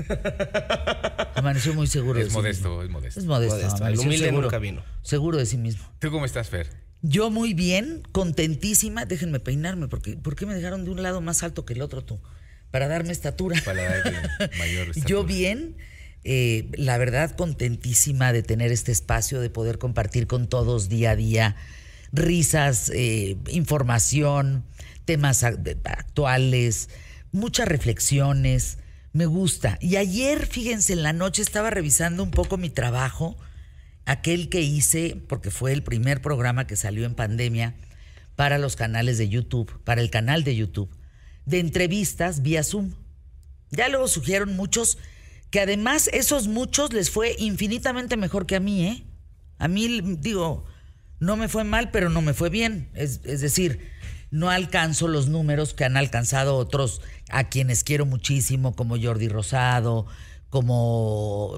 Amaneció muy seguro Es modesto. Es modesto. El humilde seguro, nunca vino. seguro de sí mismo. ¿Tú cómo estás, Fer? Yo muy bien, contentísima. Déjenme peinarme, porque ¿por qué me dejaron de un lado más alto que el otro tú? Para darme estatura. Para darte mayor estatura. Yo bien, la verdad contentísima de tener este espacio, de poder compartir con todos día a día risas, información, temas actuales, muchas reflexiones. Me gusta. Y ayer, fíjense, en la noche estaba revisando un poco mi trabajo, aquel que hice, porque fue el primer programa que salió en pandemia para los canales de YouTube, para el canal de YouTube, de entrevistas vía Zoom. Ya luego surgieron muchos, que además esos muchos les fue infinitamente mejor que a mí, ¿eh? A mí, digo, no me fue mal, pero no me fue bien. Es decir, no alcanzo los números que han alcanzado otros a quienes quiero muchísimo, como Jordi Rosado, como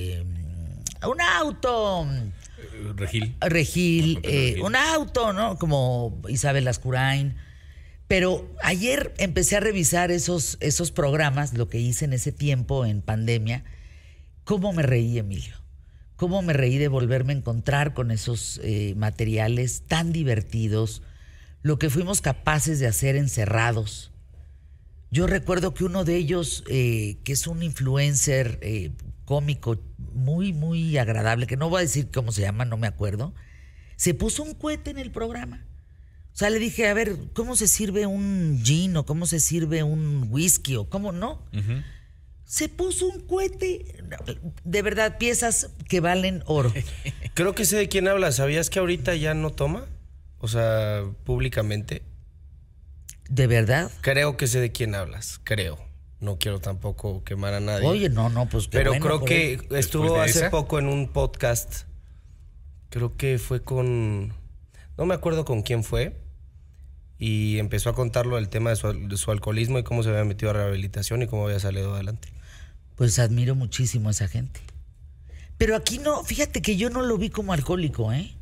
un auto. Regil, un auto, ¿no? Como Isabel Lascurain. Pero ayer empecé a revisar esos programas, lo que hice en ese tiempo en pandemia. ¿Cómo me reí, Emilio? ¿Cómo me reí de volverme a encontrar con esos materiales tan divertidos? Lo que fuimos capaces de hacer encerrados. Yo recuerdo que uno de ellos, que es un influencer cómico muy, muy agradable, que no voy a decir cómo se llama, no me acuerdo, se puso un cohete en el programa. O sea, le dije, a ver, ¿cómo se sirve un gin o cómo se sirve un whisky o cómo no? Uh-huh. Se puso un cohete. De verdad, piezas que valen oro. Creo que sé de quién hablas. ¿Sabías que ahorita ya no toma? O sea, públicamente. ¿De verdad? Creo que sé de quién hablas, creo. No quiero tampoco quemar a nadie. Oye, no, pues qué pero bueno, creo que estuvo hace poco en un podcast. Creo que fue con... No me acuerdo con quién fue. Y empezó a contarlo el tema de su alcoholismo y cómo se había metido a rehabilitación y cómo había salido adelante. Pues admiro muchísimo a esa gente. Pero aquí no, fíjate que yo no lo vi como alcohólico, ¿eh?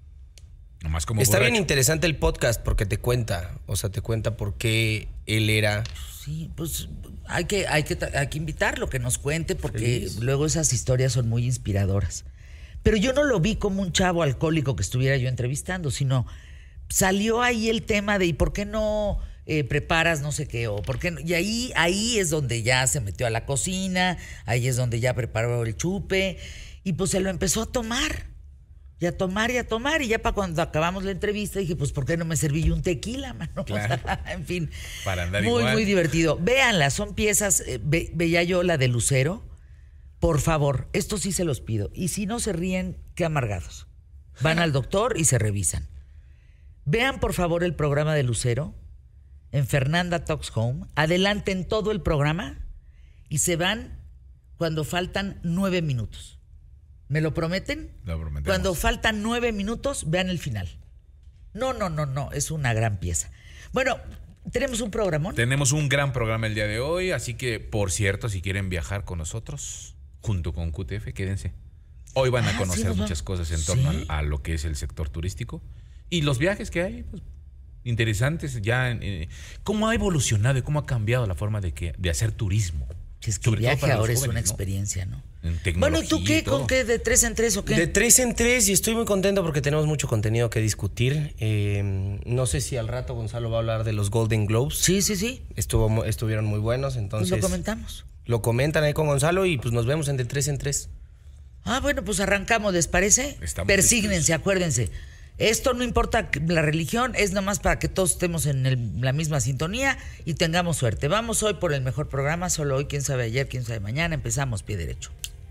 Nomás como Está borracho. bien interesante el podcast porque te cuenta, por qué él era. Sí, pues hay que invitarlo, que nos cuente, porque luego esas historias son muy inspiradoras. Pero yo no lo vi como un chavo alcohólico que estuviera yo entrevistando, sino salió ahí el tema de ¿y por qué no preparas no sé qué? O ¿por qué no? Y ahí es donde ya se metió a la cocina, ahí es donde ya preparó el chupe y pues se lo empezó a tomar. Y a tomar, y ya para cuando acabamos la entrevista dije, pues ¿por qué no me serví yo un tequila, mano? Claro. O sea, en fin, para andar muy, igual. muy divertido. Véanla, son piezas, veía yo la de Lucero. Por favor, esto sí se los pido. Y si no se ríen, qué amargados. Van al doctor y se revisan. Vean, por favor, el programa de Lucero en Fernanda Talks Home. Adelanten todo el programa y se van cuando faltan 9 minutos. ¿Me lo prometen? Lo prometemos. Cuando faltan 9 minutos, vean el final. No, es una gran pieza. Bueno, tenemos un programón. Tenemos un gran programa el día de hoy, así que, por cierto, si quieren viajar con nosotros, junto con QTF, quédense. Hoy van a conocer muchas cosas en torno a lo que es el sector turístico y los viajes que hay, pues, interesantes ya. Cómo ha evolucionado y cómo ha cambiado la forma de hacer turismo. Es que el viaje ahora es una experiencia, ¿no? En tecnología. Bueno, ¿tú qué? ¿Con qué? ¿De 3 en 3 o qué? De 3 en 3 y estoy muy contento porque tenemos mucho contenido que discutir. No sé si al rato Gonzalo va a hablar de los Golden Globes. Sí. Estuvieron muy buenos, entonces... Pues lo comentamos. Lo comentan ahí con Gonzalo y pues nos vemos en De 3 en 3. Ah, bueno, pues arrancamos, ¿les parece? Persígnense, acuérdense. Esto no importa la religión, es nomás para que todos estemos en la misma sintonía y tengamos suerte. Vamos hoy por el mejor programa, solo hoy, quién sabe ayer, quién sabe mañana. Empezamos pie derecho.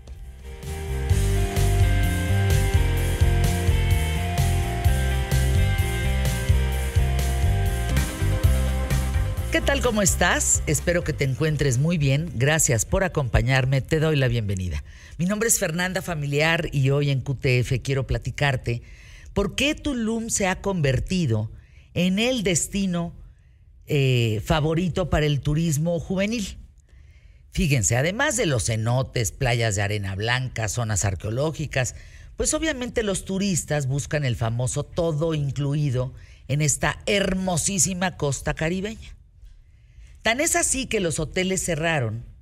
¿Qué tal? ¿Cómo estás? Espero que te encuentres muy bien. Gracias por acompañarme. Te doy la bienvenida. Mi nombre es Fernanda Familiar y hoy en QTF quiero platicarte por qué Tulum se ha convertido en el destino favorito para el turismo juvenil. Fíjense, además de los cenotes, playas de arena blanca, zonas arqueológicas, pues obviamente los turistas buscan el famoso todo incluido en esta hermosísima costa caribeña. Tan es así que los hoteles cerraron,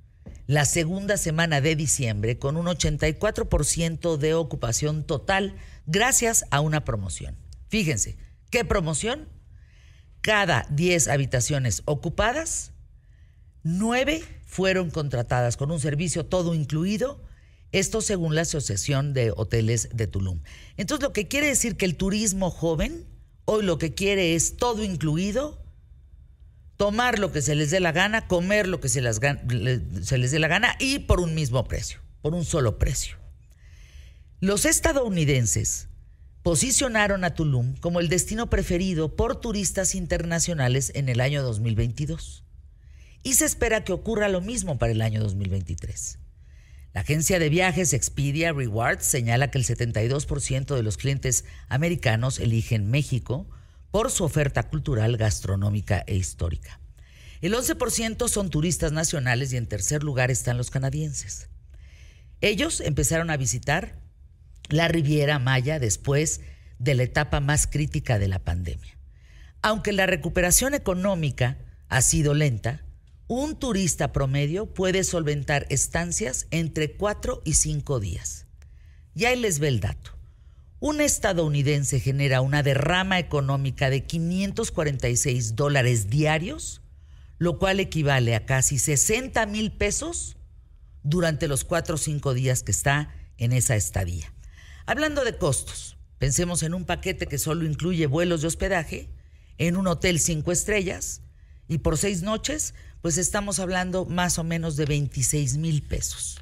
la segunda semana de diciembre con un 84% de ocupación total gracias a una promoción. Fíjense, ¿qué promoción? Cada 10 habitaciones ocupadas, 9 fueron contratadas con un servicio todo incluido, esto según la Asociación de Hoteles de Tulum. Entonces, lo que quiere decir que el turismo joven hoy lo que quiere es todo incluido, tomar lo que se les dé la gana, comer lo que se les dé la gana y por un mismo precio, por un solo precio. Los estadounidenses posicionaron a Tulum como el destino preferido por turistas internacionales en el año 2022. Y se espera que ocurra lo mismo para el año 2023. La agencia de viajes Expedia Rewards señala que el 72% de los clientes americanos eligen México por su oferta cultural, gastronómica e histórica. El 11% son turistas nacionales y en tercer lugar están los canadienses. Ellos empezaron a visitar la Riviera Maya después de la etapa más crítica de la pandemia. Aunque la recuperación económica ha sido lenta, un turista promedio puede solventar estancias entre 4 y 5 días. Y ahí les ve el dato. Un estadounidense genera una derrama económica de $546 diarios, lo cual equivale a casi 60,000 pesos durante los 4 o 5 días que está en esa estadía. Hablando de costos, pensemos en un paquete que solo incluye vuelos y hospedaje, en un hotel 5 estrellas, y por 6 noches, pues estamos hablando más o menos de 26,000 pesos.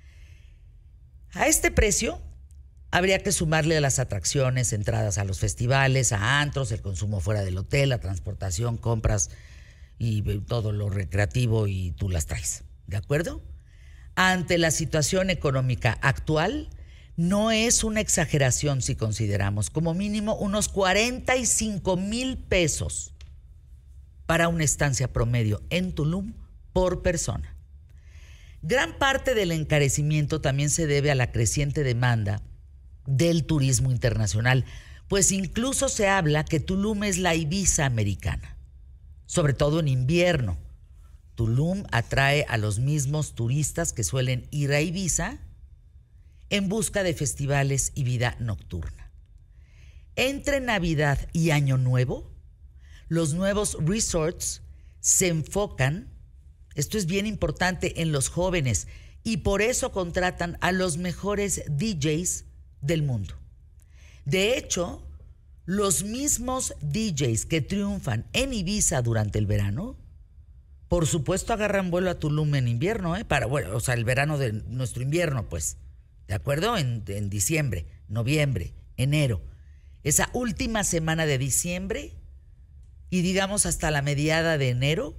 A este precio habría que sumarle a las atracciones, entradas a los festivales, a antros, el consumo fuera del hotel, la transportación, compras y todo lo recreativo y tú las traes, ¿de acuerdo? Ante la situación económica actual, no es una exageración si consideramos como mínimo unos 45,000 pesos para una estancia promedio en Tulum por persona. Gran parte del encarecimiento también se debe a la creciente demanda del turismo internacional, pues incluso se habla que Tulum es la Ibiza americana, sobre todo en invierno. Tulum atrae a los mismos turistas que suelen ir a Ibiza en busca de festivales y vida nocturna. Entre Navidad y Año Nuevo, los nuevos resorts se enfocan, esto es bien importante, en los jóvenes y por eso contratan a los mejores DJs del mundo. De hecho, los mismos DJs que triunfan en Ibiza durante el verano, por supuesto agarran vuelo a Tulum en invierno, el verano de nuestro invierno, pues, ¿de acuerdo? En diciembre, noviembre, enero. Esa última semana de diciembre y digamos hasta la mediada de enero,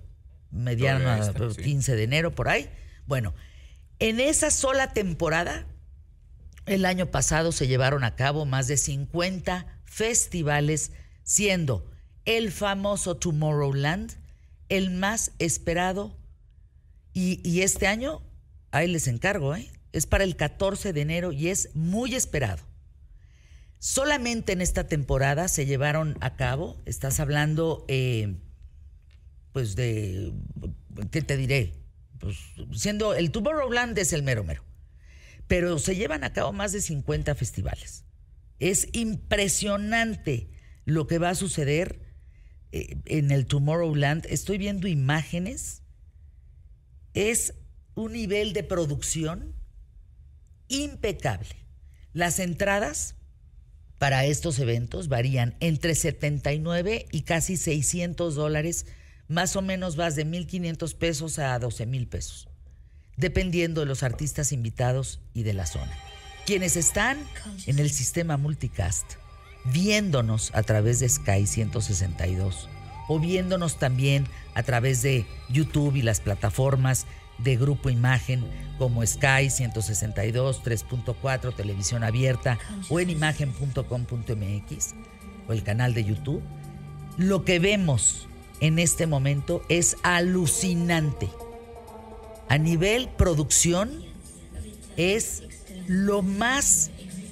15 de enero, por ahí. Bueno, en esa sola temporada, el año pasado se llevaron a cabo más de 50 festivales, siendo el famoso Tomorrowland el más esperado. Y este año, ahí les encargo, es para el 14 de enero y es muy esperado. Solamente en esta temporada se llevaron a cabo, estás hablando, pues de, ¿qué te diré? Pues siendo el Tomorrowland es el mero. Pero se llevan a cabo más de 50 festivales. Es impresionante lo que va a suceder en el Tomorrowland. Estoy viendo imágenes. Es un nivel de producción impecable. Las entradas para estos eventos varían entre $79 y casi $600. Más o menos vas de 1,500 pesos a 12,000 pesos. Dependiendo de los artistas invitados y de la zona. Quienes están en el sistema multicast, viéndonos a través de Sky 162 o viéndonos también a través de YouTube y las plataformas de Grupo Imagen como Sky 162, 3.4, Televisión Abierta o en imagen.com.mx o el canal de YouTube, lo que vemos en este momento es alucinante. A nivel producción es lo más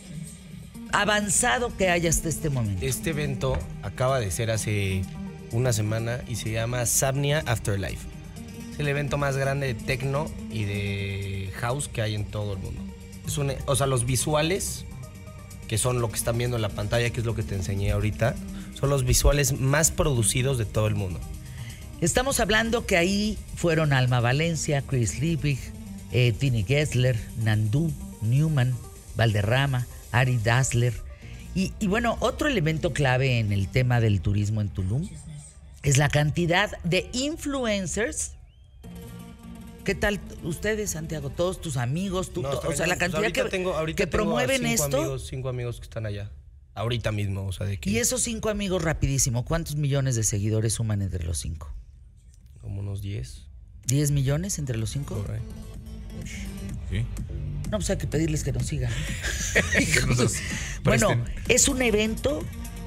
avanzado que hay hasta este momento. Este evento acaba de ser hace una semana y se llama Sapnia Afterlife. Es el evento más grande de techno y de house que hay en todo el mundo. O sea, los visuales, que son lo que están viendo en la pantalla, que es lo que te enseñé ahorita, son los visuales más producidos de todo el mundo. Estamos hablando que ahí fueron Alma Valencia, Chris Liebig, Tini Gessler, Nandu, Newman, Valderrama, Ari Dassler. Y bueno, otro elemento clave en el tema del turismo en Tulum es la cantidad de influencers. ¿Qué tal ustedes, Santiago? Todos tus amigos, o sea, la cantidad que promueven esto. 5 amigos que están allá. Ahorita mismo, o sea, de que... Y esos 5 amigos, rapidísimo, ¿cuántos millones de seguidores suman entre los 5? Como unos 10. ¿10 millones entre los 5? Por ahí. Sí. No, pues hay que pedirles que nos sigan. Bueno, es un evento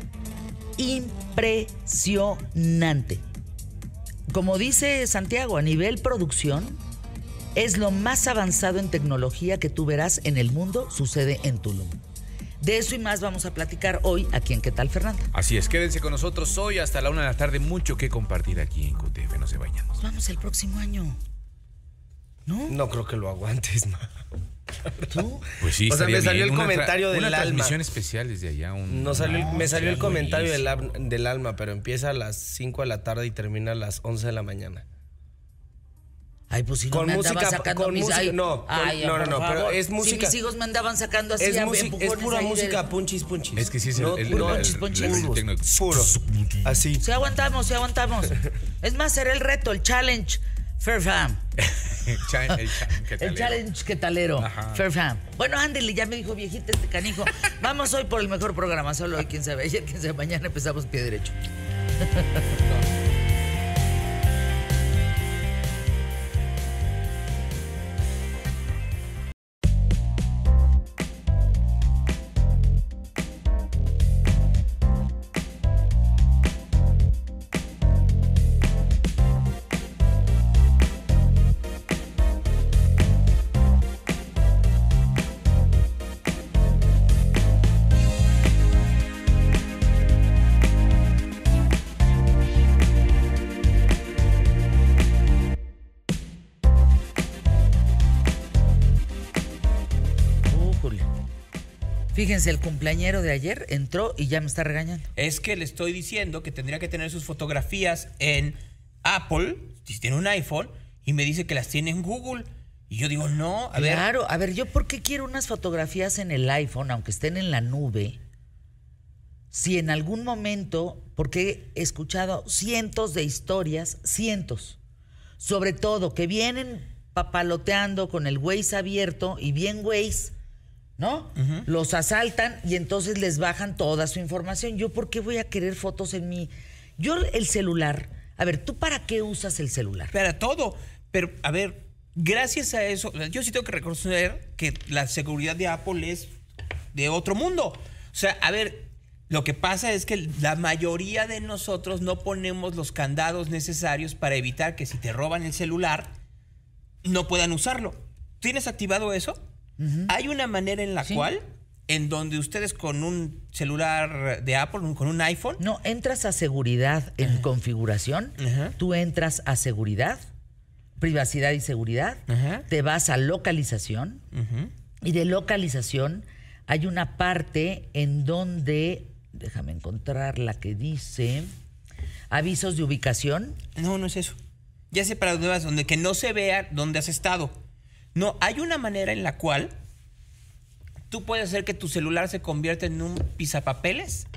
impresionante. Como dice Santiago, a nivel producción, es lo más avanzado en tecnología que tú verás en el mundo, sucede en Tulum. De eso y más vamos a platicar hoy aquí en ¿Qué tal, Fernanda? Así es, quédense con nosotros hoy hasta la 1 de la tarde. Mucho que compartir aquí en QTF, no se vayan. Nos vamos el próximo año. ¿No? No creo que lo aguantes, ma. ¿Tú? Pues sí, o sea, me salió el comentario del alma. Una alma. transmisión especial desde allá. Me salió el comentario del alma, pero empieza a las 5 de la tarde y termina a las 11 de la mañana. Ay, pues si no con me música, andaba sacando con mis... música, no, pero es música. Si mis hijos me andaban sacando así, es pura música, de... punchis. Es que sí es puro así. Sí aguantamos. Es más, será el reto, el challenge Fair Fam. El challenge quetalero. Fair Fam. Bueno, ándele, ya me dijo viejita este canijo. Vamos hoy por el mejor programa, solo hoy, quién sabe. Ayer, quién sabe, mañana empezamos pie derecho. Fíjense, el cumpleañero de ayer entró y ya me está regañando. Es que le estoy diciendo que tendría que tener sus fotografías en Apple, si tiene un iPhone, y me dice que las tiene en Google. Y yo digo, no, a ver. Claro, a ver, ¿yo por qué quiero unas fotografías en el iPhone, aunque estén en la nube? Si en algún momento, porque he escuchado cientos de historias, sobre todo que vienen papaloteando con el Waze abierto y bien Waze, ¿no? Uh-huh. Los asaltan y entonces les bajan toda su información. ¿Yo por qué voy a querer fotos en mi... Yo el celular... A ver, ¿tú para qué usas el celular? Para todo. Pero, a ver, gracias a eso, yo sí tengo que reconocer que la seguridad de Apple es de otro mundo. O sea, a ver, lo que pasa es que la mayoría de nosotros no ponemos los candados necesarios para evitar que si te roban el celular, no puedan usarlo. ¿Tienes activado eso? Uh-huh. Hay una manera en la cual, en donde ustedes con un celular de Apple, con un iPhone... No, entras a seguridad en configuración, tú entras a seguridad, privacidad y seguridad, te vas a localización, y de localización hay una parte en donde, déjame encontrar la que dice, avisos de ubicación. No, no es eso. Ya sé para dónde vas, donde que no se vea dónde has estado. No, hay una manera en la cual tú puedes hacer que tu celular se convierta en un pisapapeles,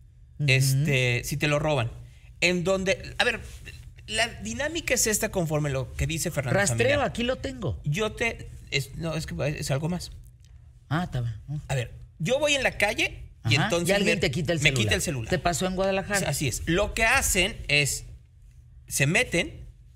si te lo roban. En donde, a ver, la dinámica es esta conforme lo que dice Fernando. Rastreo, familiar. Aquí lo tengo. Es que es algo más. Ah, está bien. A ver, yo voy en la calle y entonces y alguien te quita el celular. Me quita el celular. ¿Te pasó en Guadalajara? Así es. Lo que hacen es, se meten,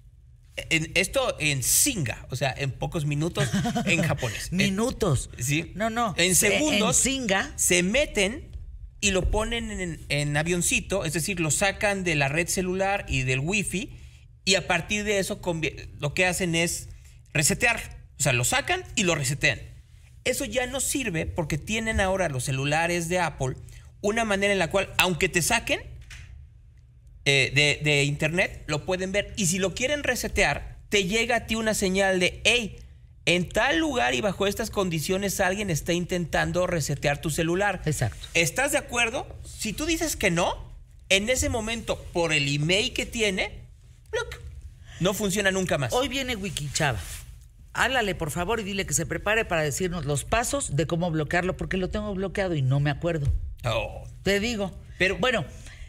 esto en singa, o sea, en pocos minutos en japonés. ¿Minutos? Sí. No. En segundos. En singa. Se meten y lo ponen en avioncito, es decir, lo sacan de la red celular y del wifi, y a partir de eso lo que hacen es resetear. O sea, lo sacan y lo resetean. Eso ya no sirve porque tienen ahora los celulares de Apple una manera en la cual, aunque te saquen de internet, lo pueden ver. Y si lo quieren resetear, te llega a ti una señal de, hey, en tal lugar y bajo estas condiciones alguien está intentando resetear tu celular. Exacto. ¿Estás de acuerdo? Si tú dices que no, en ese momento, por el email que tiene, no funciona nunca más. Hoy viene Wikichava. Háblale, por favor, y dile que se prepare para decirnos los pasos de cómo bloquearlo, porque lo tengo bloqueado y no me acuerdo. Oh. Te digo. Pero bueno,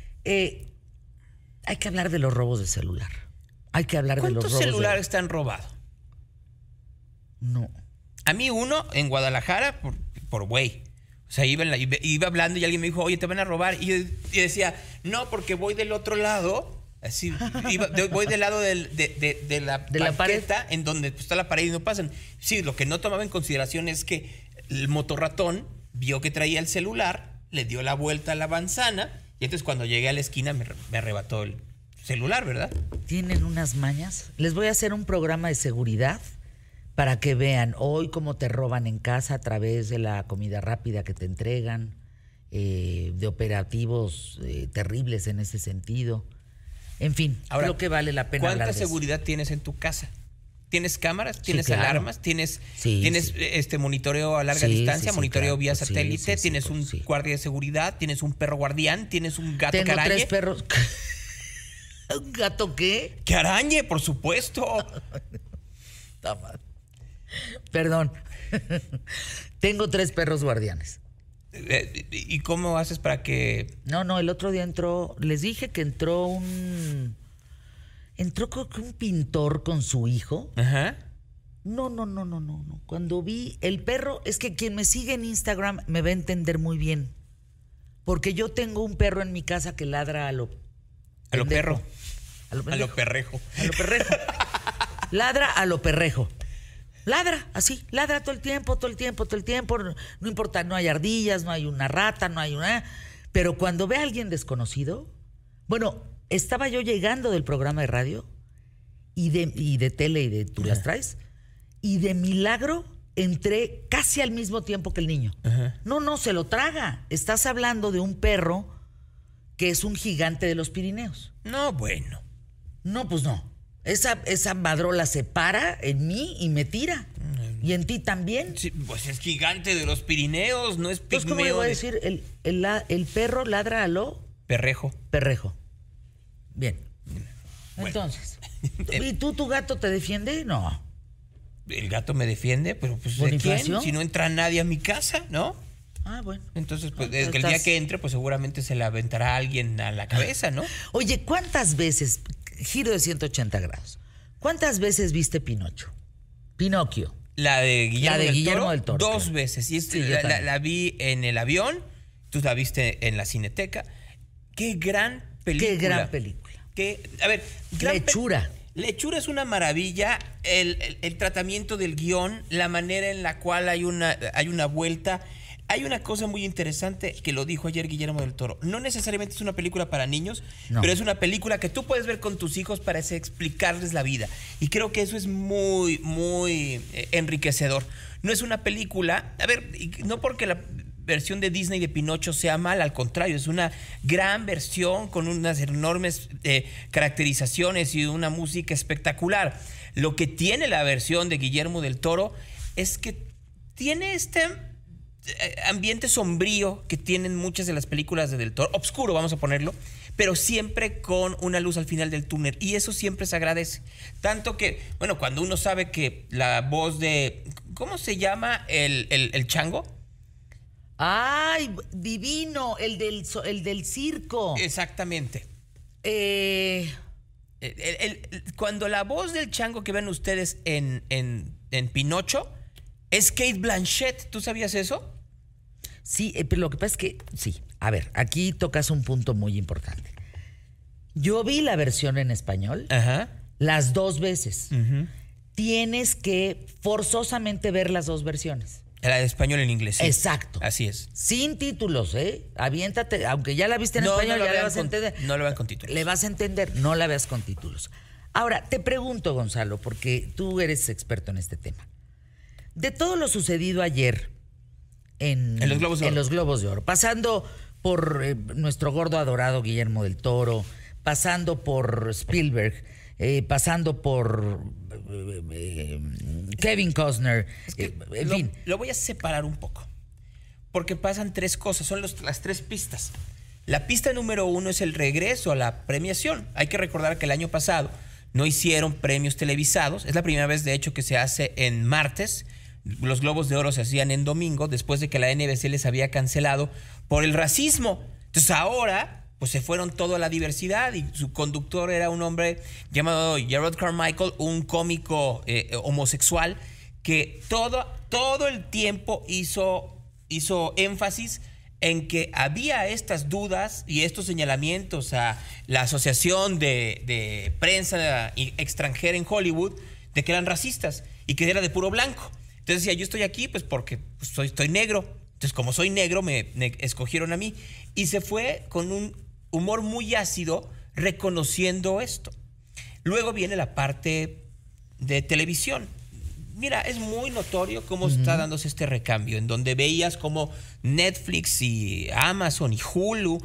hay que hablar de los robos de celular. Hay que hablar de los robos. ¿Cuántos celulares te han robado? No. A mí uno en Guadalajara por güey. O sea, iba hablando y alguien me dijo, oye, te van a robar. Y yo decía, no, porque voy del otro lado. Así, voy del lado de la banqueta en donde está la pared y no pasan. Sí, lo que no tomaba en consideración es que el motorratón vio que traía el celular, le dio la vuelta a la manzana y entonces cuando llegué a la esquina me arrebató el celular, ¿verdad? Tienen unas mañas. Les voy a hacer un programa de seguridad para que vean hoy cómo te roban en casa a través de la comida rápida que te entregan, de operativos terribles en ese sentido. En fin, ahora, creo que vale la pena hablar de eso. ¿Cuánta seguridad tienes en tu casa? ¿Tienes cámaras? ¿Tienes alarmas? ¿Tienes monitoreo a larga distancia? ¿Monitoreo vía satélite? ¿Tienes un guardia de seguridad? ¿Tienes un perro guardián? ¿Tienes un gato que arañe? 3 perros. ¿Un gato qué? ¡Que arañe, por supuesto! Perdón. Tengo 3 perros guardianes. ¿Y cómo haces para que...? No, el otro día entró... Les dije que entró creo que un pintor con su hijo. Ajá. No. Cuando vi el perro... Es que quien me sigue en Instagram me va a entender muy bien. Porque yo tengo un perro en mi casa que ladra a lo perro. A lo perrejo. A lo perrejo. Ladra a lo perrejo. Ladra, así, ladra todo el tiempo. No importa, no hay ardillas, no hay una rata, no hay una... Pero cuando ve a alguien desconocido... Bueno, estaba yo llegando del programa de radio y de tele y de Tú las traes, y de milagro entré casi al mismo tiempo que el niño. Ajá. No, se lo traga. Estás hablando de un perro que es un gigante de los Pirineos. No, bueno. No, pues no. Esa madrola se para en mí y me tira. ¿Y en ti también? Sí, pues es gigante de los Pirineos, no es pigmeo. Entonces, ¿cómo le voy a decir? El perro ladra a lo... Perrejo. Bien. Bueno. Entonces, ¿y tu gato te defiende? No. El gato me defiende, pero pues ¿de quién? Si no entra nadie a mi casa, ¿no? Ah, bueno. Entonces, pues el día que entre, pues seguramente se le aventará a alguien a la cabeza, ¿no? Oye, ¿cuántas veces... Giro de 180 grados. ¿Cuántas veces viste Pinocchio? La de Guillermo del Toro. 2 claro. veces. Y la vi en el avión, tú la viste en la Cineteca. ¡Qué gran película! A ver, Lechura. Lechura es una maravilla. El tratamiento del guión, la manera en la cual hay una vuelta. Hay una cosa muy interesante que lo dijo ayer Guillermo del Toro. No necesariamente es una película para niños, pero es una película que tú puedes ver con tus hijos para explicarles la vida. Y creo que eso es muy, muy enriquecedor. No es una película... A ver, no porque la versión de Disney de Pinocho sea mala, al contrario, es una gran versión con unas enormes caracterizaciones y una música espectacular. Lo que tiene la versión de Guillermo del Toro es que tiene este... ambiente sombrío que tienen muchas de las películas de Del Toro, oscuro vamos a ponerlo, pero siempre con una luz al final del túnel, y eso siempre se agradece. Tanto que, bueno, cuando uno sabe que la voz de, ¿cómo se llama el chango? ¡Ay, divino! El del circo. Exactamente. Cuando la voz del chango que ven ustedes en Pinocho es Cate Blanchett, ¿tú sabías eso? Sí, pero lo que pasa es que, sí, a ver, aquí tocas un punto muy importante. Yo vi la versión en español las 2 veces. Tienes que forzosamente ver las 2 versiones. La de español en inglés, sí. Exacto. Así es. Sin títulos, Aviéntate, aunque ya la viste en español, ya la vas a entender. No la veas con títulos. Le vas a entender, no la veas con títulos. Ahora, te pregunto, Gonzalo, porque tú eres experto en este tema. De todo lo sucedido ayer en los Globos de Oro, pasando por nuestro gordo adorado Guillermo del Toro, pasando por Spielberg, pasando por Kevin Costner, en fin. Lo voy a separar un poco, porque pasan tres cosas, son las tres pistas. La pista número 1 es el regreso a la premiación. Hay que recordar que el año pasado no hicieron premios televisados. Es la primera vez, de hecho, que se hace en martes. Los Globos de Oro se hacían en domingo, después de que la NBC les había cancelado por el racismo. Entonces ahora, pues se fueron todo a la diversidad, y su conductor era un hombre llamado Jerrod Carmichael, un cómico homosexual que todo el tiempo hizo énfasis en que había estas dudas y estos señalamientos a la Asociación de Prensa Extranjera en Hollywood de que eran racistas y que era de puro blanco. Entonces decía, yo estoy aquí pues porque estoy negro. Entonces, como soy negro, me escogieron a mí. Y se fue con un humor muy ácido reconociendo esto. Luego viene la parte de televisión. Mira, es muy notorio cómo está dándose este recambio, en donde veías cómo Netflix y Amazon y Hulu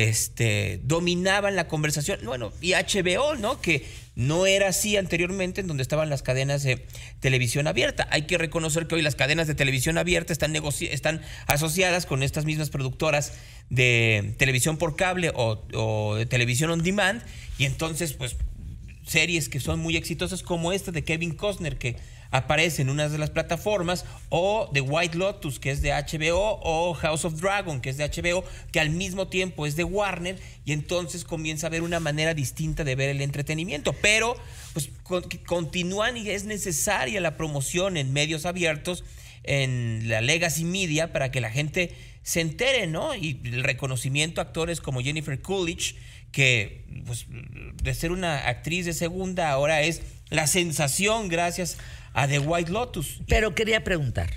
dominaban la conversación. Bueno, y HBO, ¿no? Que no era así anteriormente, en donde estaban las cadenas de televisión abierta. Hay que reconocer que hoy las cadenas de televisión abierta están asociadas con estas mismas productoras de televisión por cable o de televisión on demand, y entonces, pues, series que son muy exitosas como esta de Kevin Costner, que aparece en una de las plataformas, o The White Lotus, que es de HBO, o House of Dragon, que es de HBO, que al mismo tiempo es de Warner, y entonces comienza a haber una manera distinta de ver el entretenimiento. Pero pues continúan, y es necesaria la promoción en medios abiertos, en la legacy media, para que la gente se entere, ¿no? Y el reconocimiento a actores como Jennifer Coolidge, que pues, de ser una actriz de segunda, ahora es la sensación gracias a The White Lotus. Pero quería preguntar,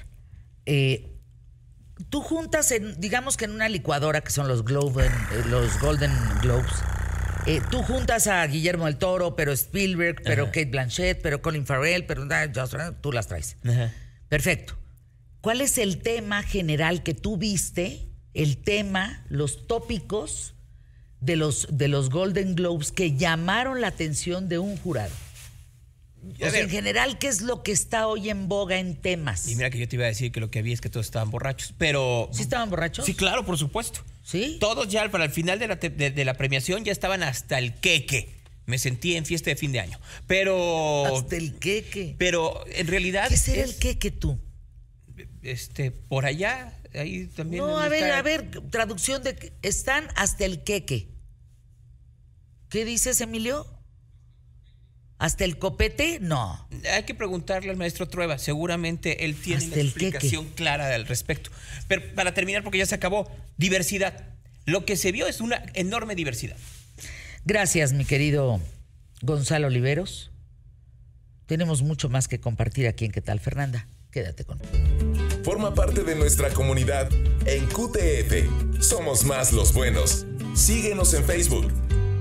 tú juntas, digamos que en una licuadora, que son los Golden Globes, tú juntas a Guillermo del Toro, pero Spielberg, pero Kate Blanchett, pero Colin Farrell, pero tú las traes. Ajá. Perfecto. ¿Cuál es el tema general que tú viste, el tema, los tópicos de los Golden Globes que llamaron la atención de un jurado? O sea, en general, ¿qué es lo que está hoy en boga en temas? Y mira que yo te iba a decir que lo que vi es que todos estaban borrachos, pero... ¿Sí estaban borrachos? Sí, claro, por supuesto. ¿Sí? Todos ya para el final de la premiación ya estaban hasta el queque. Me sentí en fiesta de fin de año. Pero... Hasta el queque. Pero en realidad... ¿Qué será el queque tú? Por allá, ahí también... No, a ver, traducción de... Están hasta el queque. ¿Qué dices, Emilio? ¿Hasta el copete? No. Hay que preguntarle al maestro Trueba. Seguramente él tiene una explicación clara al respecto. Pero para terminar, porque ya se acabó, diversidad. Lo que se vio es una enorme diversidad. Gracias, mi querido Gonzalo Oliveros. Tenemos mucho más que compartir aquí en ¿Qué tal, Fernanda? Quédate conmigo. Forma parte de nuestra comunidad en QTF. Somos más los buenos. Síguenos en Facebook.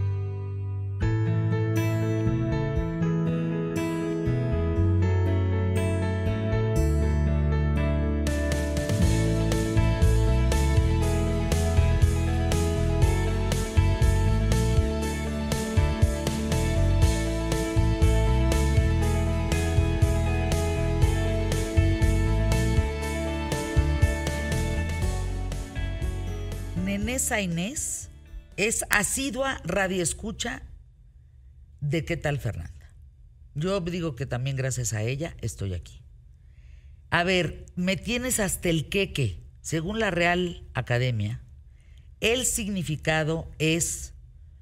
Nenesa Inés es asidua radioescucha de ¿Qué tal, Fernanda? Yo digo que también gracias a ella estoy aquí. A ver, me tienes hasta el queque. Según la Real Academia, el significado es...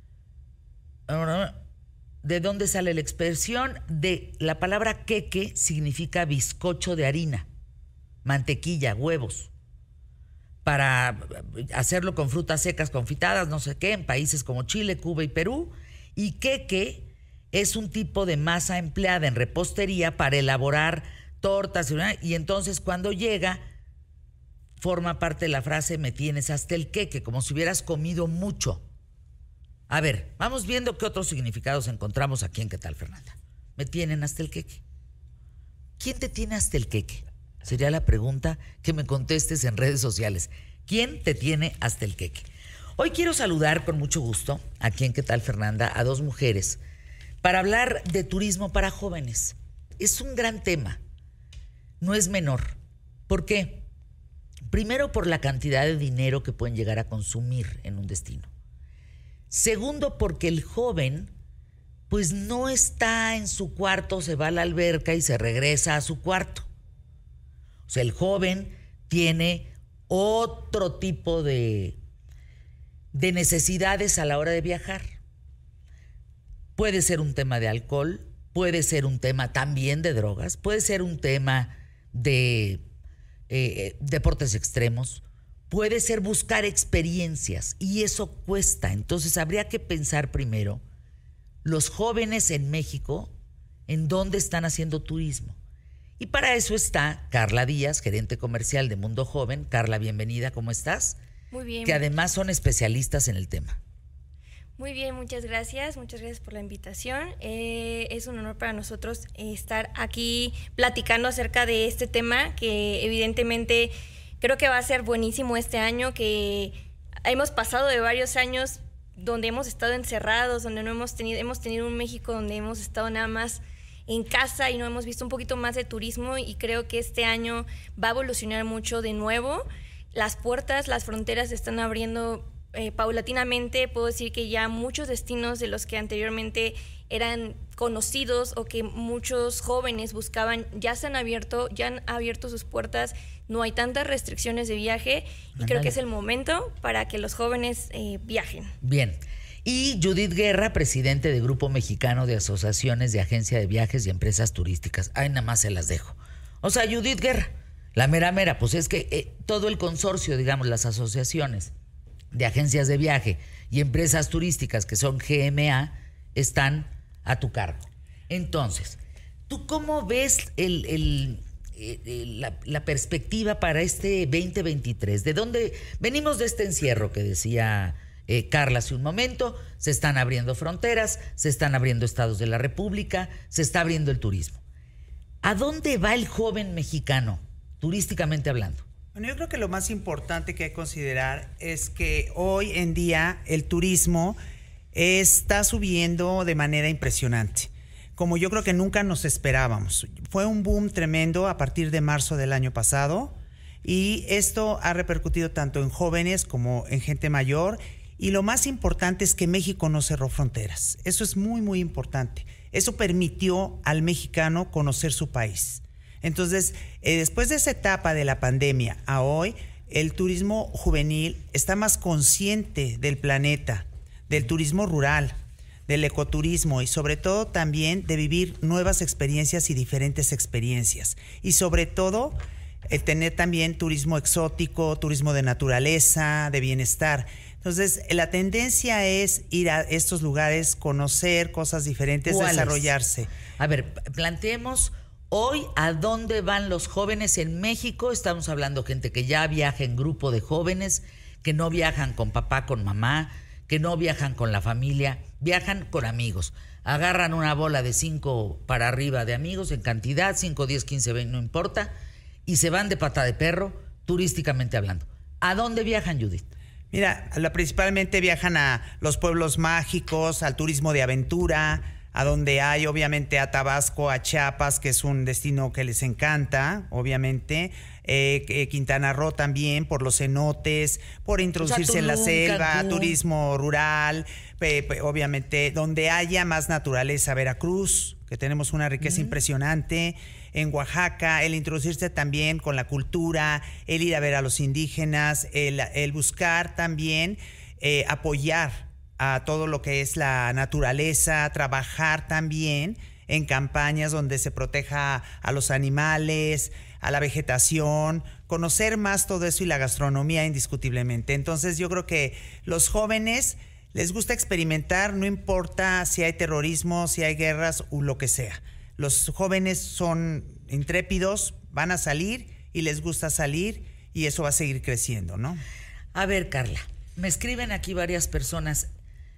¿De dónde sale la expresión? De la palabra queque significa bizcocho de harina, mantequilla, huevos. Para hacerlo con frutas secas confitadas, no sé qué, en países como Chile, Cuba y Perú. Y queque es un tipo de masa empleada en repostería para elaborar tortas. Y entonces cuando llega, forma parte de la frase me tienes hasta el queque, como si hubieras comido mucho. A ver, vamos viendo qué otros significados encontramos aquí en ¿Qué tal, Fernanda? Me tienen hasta el queque. ¿Quién te tiene hasta el queque? Sería la pregunta que me contestes en redes sociales. ¿Quién te tiene hasta el queque? Hoy quiero saludar con mucho gusto, aquí en ¿Qué tal, Fernanda?, a dos mujeres. para hablar de turismo para jóvenes. Es un gran tema, no es menor. ¿Por qué? Primero, por la cantidad de dinero que pueden llegar a consumir en un destino. Segundo, porque el joven pues no está en su cuarto, se va a la alberca y se regresa a su cuarto. O sea, el joven tiene otro tipo de necesidades a la hora de viajar. Puede ser un tema de alcohol, puede ser un tema también de drogas, puede ser un tema de deportes extremos, puede ser buscar experiencias, y eso cuesta. Entonces habría que pensar primero, los jóvenes en México, ¿en dónde están haciendo turismo? Y para eso está Carla Díaz, gerente comercial de Mundo Joven. Carla, bienvenida, ¿cómo estás? Muy bien. Que además son especialistas en el tema. Muy bien, muchas gracias por la invitación. Es un honor para nosotros estar aquí platicando acerca de este tema que evidentemente creo que va a ser buenísimo este año, que hemos pasado de varios años donde hemos estado encerrados, donde no hemos tenido un México donde hemos estado nada más en casa y no hemos visto un poquito más de turismo, y creo que este año va a evolucionar mucho de nuevo. Las puertas, las fronteras se están abriendo paulatinamente. Puedo decir que ya muchos destinos de los que anteriormente eran conocidos o que muchos jóvenes buscaban ya han abierto sus puertas. No hay tantas restricciones de viaje y creo que es el momento para que los jóvenes viajen. Bien. Y Judith Guerra, presidente de Grupo Mexicano de Asociaciones de Agencia de Viajes y Empresas Turísticas. Ahí nada más se las dejo. O sea, Judith Guerra, la mera, pues es que todo el consorcio, digamos, las asociaciones de agencias de viaje y empresas turísticas, que son GMA, están a tu cargo. Entonces, ¿tú cómo ves la perspectiva para este 2023? ¿De dónde venimos de este encierro que decía Carla hace un momento? Se están abriendo fronteras, se están abriendo estados de la República, se está abriendo el turismo. ¿A dónde va el joven mexicano, turísticamente hablando? Bueno, yo creo que lo más importante que hay que considerar es que hoy en día el turismo está subiendo de manera impresionante, como yo creo que nunca nos esperábamos. Fue un boom tremendo a partir de marzo del año pasado, y esto ha repercutido tanto en jóvenes como en gente mayor, y lo más importante es que México no cerró fronteras. Eso es muy, muy importante. Eso permitió al mexicano conocer su país. Entonces, después de esa etapa de la pandemia a hoy, el turismo juvenil está más consciente del planeta, del turismo rural, del ecoturismo, y sobre todo también de vivir nuevas experiencias y diferentes experiencias. Y sobre todo, tener también turismo exótico, turismo de naturaleza, de bienestar. Entonces, la tendencia es ir a estos lugares, conocer cosas diferentes, desarrollarse. A ver, planteemos hoy a dónde van los jóvenes en México. Estamos hablando de gente que ya viaja en grupo de jóvenes, que no viajan con papá, con mamá, que no viajan con la familia, viajan con amigos. Agarran una bola de 5 para arriba de amigos en cantidad, 5, 10, 15, 20, no importa, y se van de pata de perro, turísticamente hablando. ¿A dónde viajan, Judith? Mira, principalmente viajan a los pueblos mágicos, al turismo de aventura, a donde hay obviamente a Tabasco, a Chiapas, que es un destino que les encanta, obviamente, Quintana Roo también, por los cenotes, por introducirse en la selva, Cancún. Turismo rural, obviamente donde haya más naturaleza, Veracruz, que tenemos una riqueza impresionante, en Oaxaca, el introducirse también con la cultura, el ir a ver a los indígenas, el buscar también apoyar a todo lo que es la naturaleza, trabajar también en campañas donde se proteja a los animales, a la vegetación, conocer más todo eso, y la gastronomía indiscutiblemente. Entonces yo creo que los jóvenes les gusta experimentar, no importa si hay terrorismo, si hay guerras o lo que sea. Los jóvenes son intrépidos, van a salir y les gusta salir, y eso va a seguir creciendo, ¿no? A ver, Carla, me escriben aquí varias personas.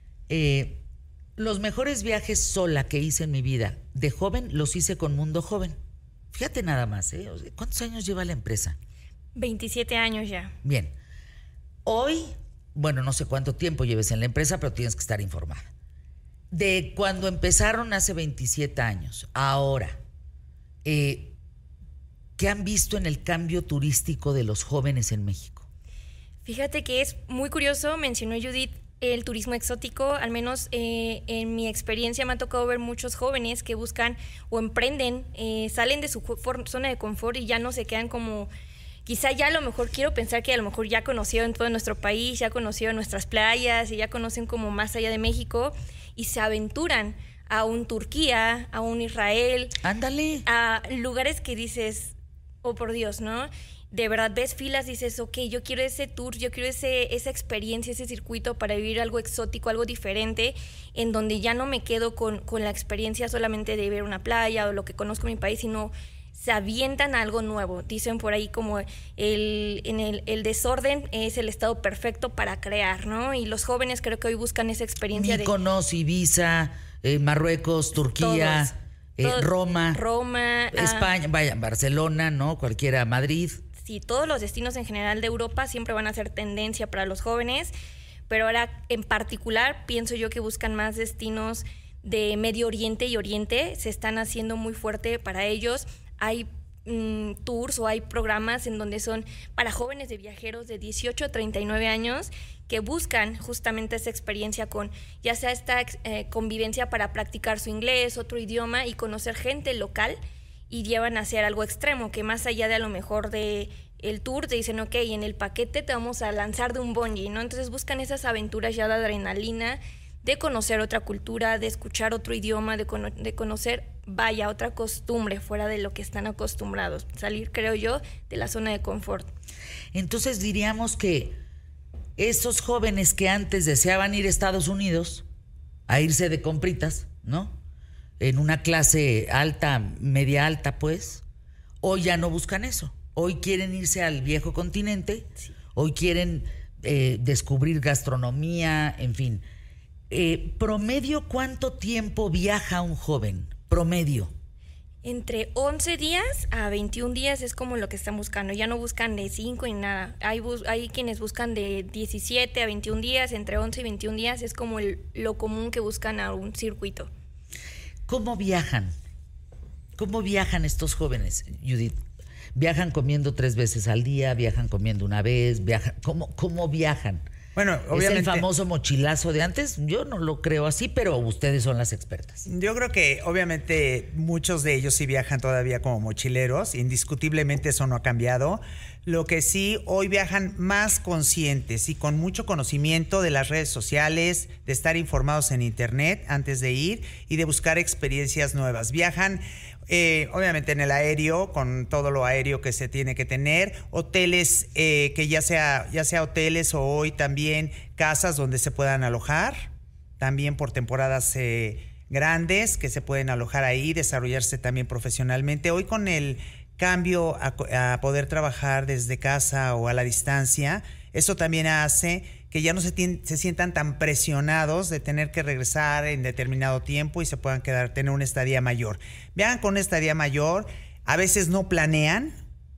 Los mejores viajes sola que hice en mi vida de joven los hice con Mundo Joven. Fíjate nada más, ¿eh? ¿Cuántos años lleva la empresa? 27 años ya. Bien. Hoy, bueno, no sé cuánto tiempo lleves en la empresa, pero tienes que estar informada. de cuando empezaron hace 27 años, ahora, ¿qué han visto en el cambio turístico de los jóvenes en México? Fíjate que es muy curioso, mencionó Judith, el turismo exótico. Al menos en mi experiencia me ha tocado ver muchos jóvenes que buscan o emprenden, salen de su zona de confort y ya no se quedan como, quizá ya a lo mejor, quiero pensar que a lo mejor ya conocieron todo nuestro país, ya conocieron nuestras playas y ya conocen como más allá de México y se aventuran a un Turquía, a un Israel. Ándale. A lugares que dices, oh por Dios, ¿no? De verdad ves filas, dices, ok, yo quiero ese tour, yo quiero esa experiencia, ese circuito para vivir algo exótico, algo diferente, en donde ya no me quedo con la experiencia solamente de ver una playa o lo que conozco en mi país, sino se avientan a algo nuevo. Dicen por ahí como el desorden es el estado perfecto para crear, ¿no? Y los jóvenes creo que hoy buscan esa experiencia. Mykonos, Ibiza, Marruecos, Turquía, Roma, España, vaya, Barcelona, ¿no? Cualquiera, Madrid. Sí, todos los destinos en general de Europa siempre van a ser tendencia para los jóvenes, pero ahora en particular pienso yo que buscan más destinos de Medio Oriente y Oriente, se están haciendo muy fuerte para ellos. Hay tours o hay programas en donde son para jóvenes de viajeros de 18 a 39 años que buscan justamente esa experiencia con ya sea esta convivencia para practicar su inglés, otro idioma y conocer gente local, y llevan a hacer algo extremo, que más allá de a lo mejor de el tour te dicen, ok, en el paquete te vamos a lanzar de un bungee, ¿no? Entonces buscan esas aventuras ya de adrenalina, de conocer otra cultura, de escuchar otro idioma, de conocer, vaya, otra costumbre fuera de lo que están acostumbrados. Salir, creo yo, de la zona de confort. Entonces diríamos que esos jóvenes que antes deseaban ir a Estados Unidos a irse de compritas, ¿no? En una clase alta, media alta, pues, hoy ya no buscan eso. Hoy quieren irse al viejo continente, sí. Hoy quieren descubrir gastronomía, en fin. Promedio, ¿cuánto tiempo viaja un joven? Promedio. Entre 11 días a 21 días es como lo que están buscando. Ya no buscan de 5 ni nada. Hay quienes buscan de 17 a 21 días, entre 11 y 21 días es como lo común que buscan a un circuito. ¿Cómo viajan? ¿Cómo viajan estos jóvenes, Judith? ¿Viajan comiendo 3 veces al día? ¿Viajan comiendo una vez? ¿Cómo viajan? Bueno, obviamente. ¿Es el famoso mochilazo de antes? Yo no lo creo así, pero ustedes son las expertas. Yo creo que obviamente muchos de ellos sí viajan todavía como mochileros. Indiscutiblemente eso no ha cambiado. Lo que sí, hoy viajan más conscientes y con mucho conocimiento de las redes sociales, de estar informados en internet antes de ir y de buscar experiencias nuevas. Viajan obviamente en el aéreo, con todo lo aéreo que se tiene que tener, hoteles que ya sea hoteles o hoy también casas donde se puedan alojar, también por temporadas grandes que se pueden alojar ahí, desarrollarse también profesionalmente. Hoy con el cambio a poder trabajar desde casa o a la distancia, eso también hace que ya no se sientan tan presionados de tener que regresar en determinado tiempo y se puedan tener una estadía mayor. Viajan con una estadía mayor, a veces no planean,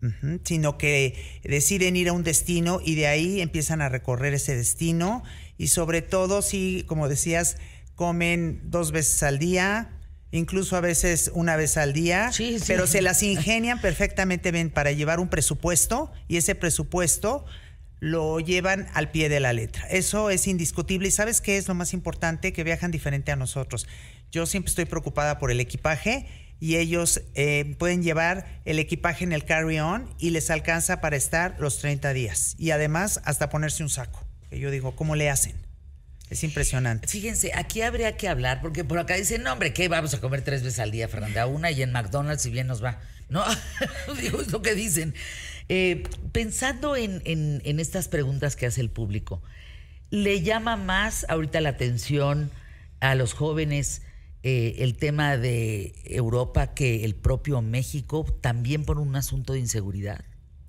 sino que deciden ir a un destino y de ahí empiezan a recorrer ese destino y sobre todo si, como decías, comen 2 veces al día, incluso a veces 1 vez al día, sí. Pero se las ingenian perfectamente bien para llevar un presupuesto y ese presupuesto lo llevan al pie de la letra. Eso es indiscutible. ¿Y sabes qué es lo más importante? Que viajan diferente a nosotros. Yo siempre estoy preocupada por el equipaje y ellos pueden llevar el equipaje en el carry-on y les alcanza para estar los 30 días. Y además hasta ponerse un saco. Que yo digo, ¿cómo le hacen? Es impresionante. Fíjense, aquí habría que hablar, porque por acá dicen, no, hombre, ¿qué? Vamos a comer 3 veces al día, Fernanda. Una y en McDonald's, si bien nos va. No, digo, es lo que dicen. Pensando en estas preguntas que hace el público, ¿le llama más ahorita la atención a los jóvenes el tema de Europa que el propio México, también por un asunto de inseguridad?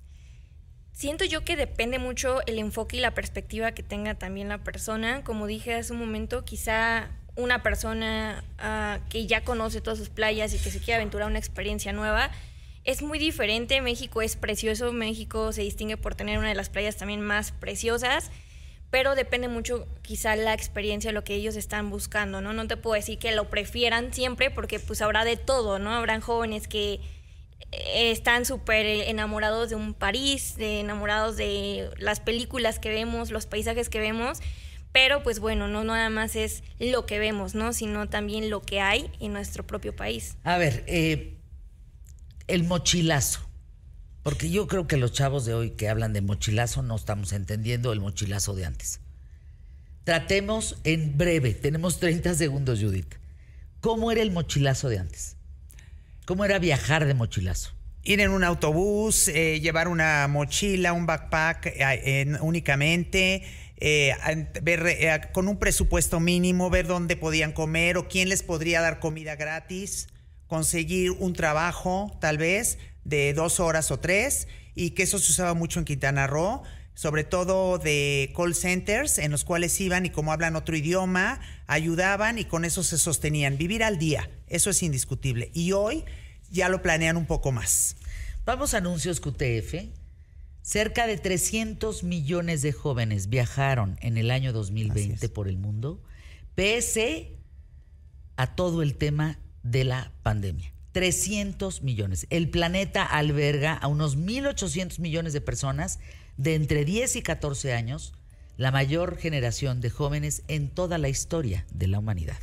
Siento yo que depende mucho el enfoque y la perspectiva que tenga también la persona. Como dije hace un momento, quizá una persona que ya conoce todas sus playas y que se quiere aventurar una experiencia nueva, es muy diferente. México es precioso, México se distingue por tener una de las playas también más preciosas, pero depende mucho quizá la experiencia, lo que ellos están buscando, ¿no? No te puedo decir que lo prefieran siempre porque pues habrá de todo, ¿no? Habrán jóvenes que están súper enamorados de un París, enamorados de las películas que vemos, los paisajes que vemos, pero pues bueno, no nada más es lo que vemos, ¿no? Sino también lo que hay en nuestro propio país. A ver, el mochilazo. Porque yo creo que los chavos de hoy que hablan de mochilazo no estamos entendiendo el mochilazo de antes. Tratemos en breve, tenemos 30 segundos, Judith. ¿Cómo era el mochilazo de antes? ¿Cómo era viajar de mochilazo? Ir en un autobús, llevar una mochila, un backpack únicamente, ver con un presupuesto mínimo, ver dónde podían comer o quién les podría dar comida gratis, conseguir un trabajo tal vez de 2 horas o 3, y que eso se usaba mucho en Quintana Roo, sobre todo de call centers en los cuales iban y como hablan otro idioma, ayudaban y con eso se sostenían. Vivir al día, eso es indiscutible. Y hoy ya lo planean un poco más. Vamos a anuncios QTF. Cerca de 300 millones de jóvenes viajaron en el año 2020 por el mundo, pese a todo el tema de la pandemia. 300 millones. El planeta alberga a unos 1.800 millones de personas de entre 10 y 14 años, la mayor generación de jóvenes en toda la historia de la humanidad.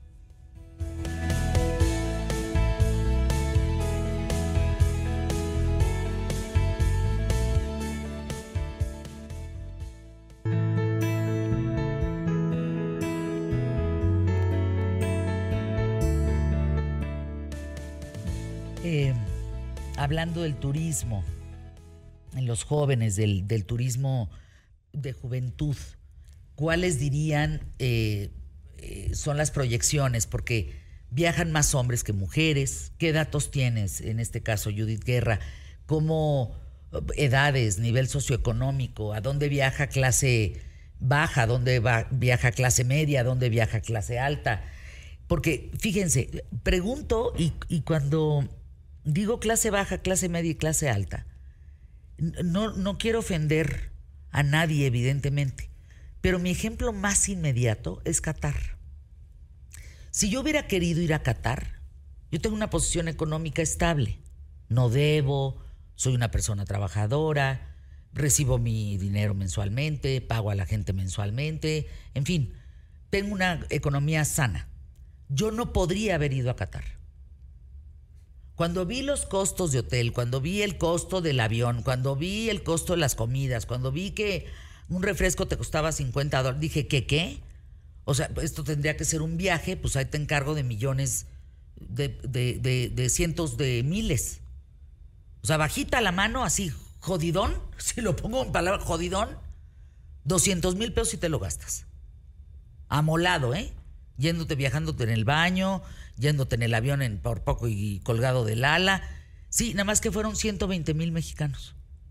Hablando del turismo, en los jóvenes, del turismo de juventud, ¿cuáles dirían son las proyecciones? Porque viajan más hombres que mujeres. ¿Qué datos tienes, en este caso, Judith Guerra? ¿Cómo edades, nivel socioeconómico? ¿A dónde viaja clase baja? ¿A dónde viaja clase media? ¿A dónde viaja clase alta? Porque, fíjense, pregunto y cuando digo clase baja, clase media y clase alta, no quiero ofender a nadie, evidentemente, pero mi ejemplo más inmediato es Qatar. Si yo hubiera querido ir a Qatar, yo tengo una posición económica estable, no debo, soy una persona trabajadora, recibo mi dinero mensualmente, pago a la gente mensualmente, en fin, tengo una economía sana. Yo no podría haber ido a Qatar. Cuando vi los costos de hotel, cuando vi el costo del avión, cuando vi el costo de las comidas, cuando vi que un refresco te costaba $50, dije, ¿qué? O sea, esto tendría que ser un viaje, pues ahí te encargo de millones, de cientos de miles. O sea, bajita la mano, así, jodidón, si lo pongo en palabras, jodidón, 200,000 pesos y te lo gastas. Amolado, viajándote en el baño, yéndote en el avión por poco y colgado del ala. Sí, nada más que fueron 120,000 mexicanos.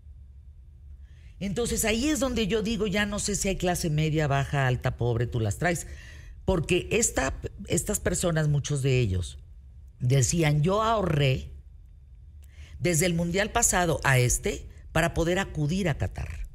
Entonces ahí es donde yo digo, ya no sé si hay clase media, baja, alta, pobre, tú las traes. Porque estas personas, muchos de ellos, decían, yo ahorré desde el mundial pasado a para poder acudir a Qatar.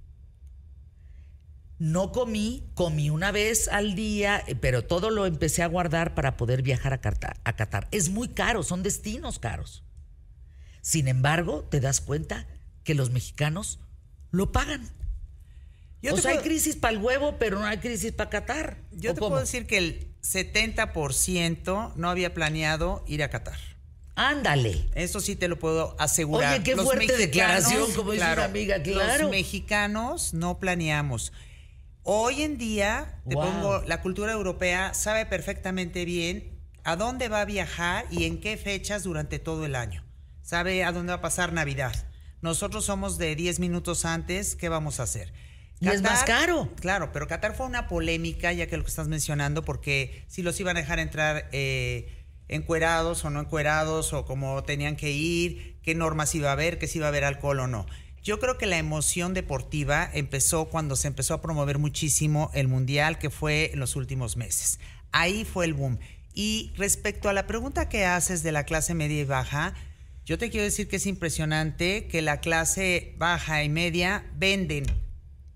No comí una vez al día, pero todo lo empecé a guardar para poder viajar a Qatar. Es muy caro, son destinos caros. Sin embargo, te das cuenta que los mexicanos lo pagan. Hay crisis para el huevo, pero no hay crisis para Qatar. Yo te puedo decir que el 70% no había planeado ir a Qatar. Ándale. Eso sí te lo puedo asegurar. Oye, qué fuerte declaración, como dice una amiga, claro. Los mexicanos no planeamos. Hoy en día, te pongo, la cultura europea sabe perfectamente bien a dónde va a viajar y en qué fechas durante todo el año. Sabe a dónde va a pasar Navidad. Nosotros somos de 10 minutos antes, ¿qué vamos a hacer? Y Qatar, es más caro. Claro, pero Qatar fue una polémica, ya que lo que estás mencionando, porque si los iban a dejar entrar encuerados o no encuerados, o cómo tenían que ir, qué normas iba a haber, que si iba a haber alcohol o no. Yo creo que la emoción deportiva empezó cuando se empezó a promover muchísimo el Mundial, que fue en los últimos meses. Ahí fue el boom. Y respecto a la pregunta que haces de la clase media y baja, yo te quiero decir que es impresionante que la clase baja y media venden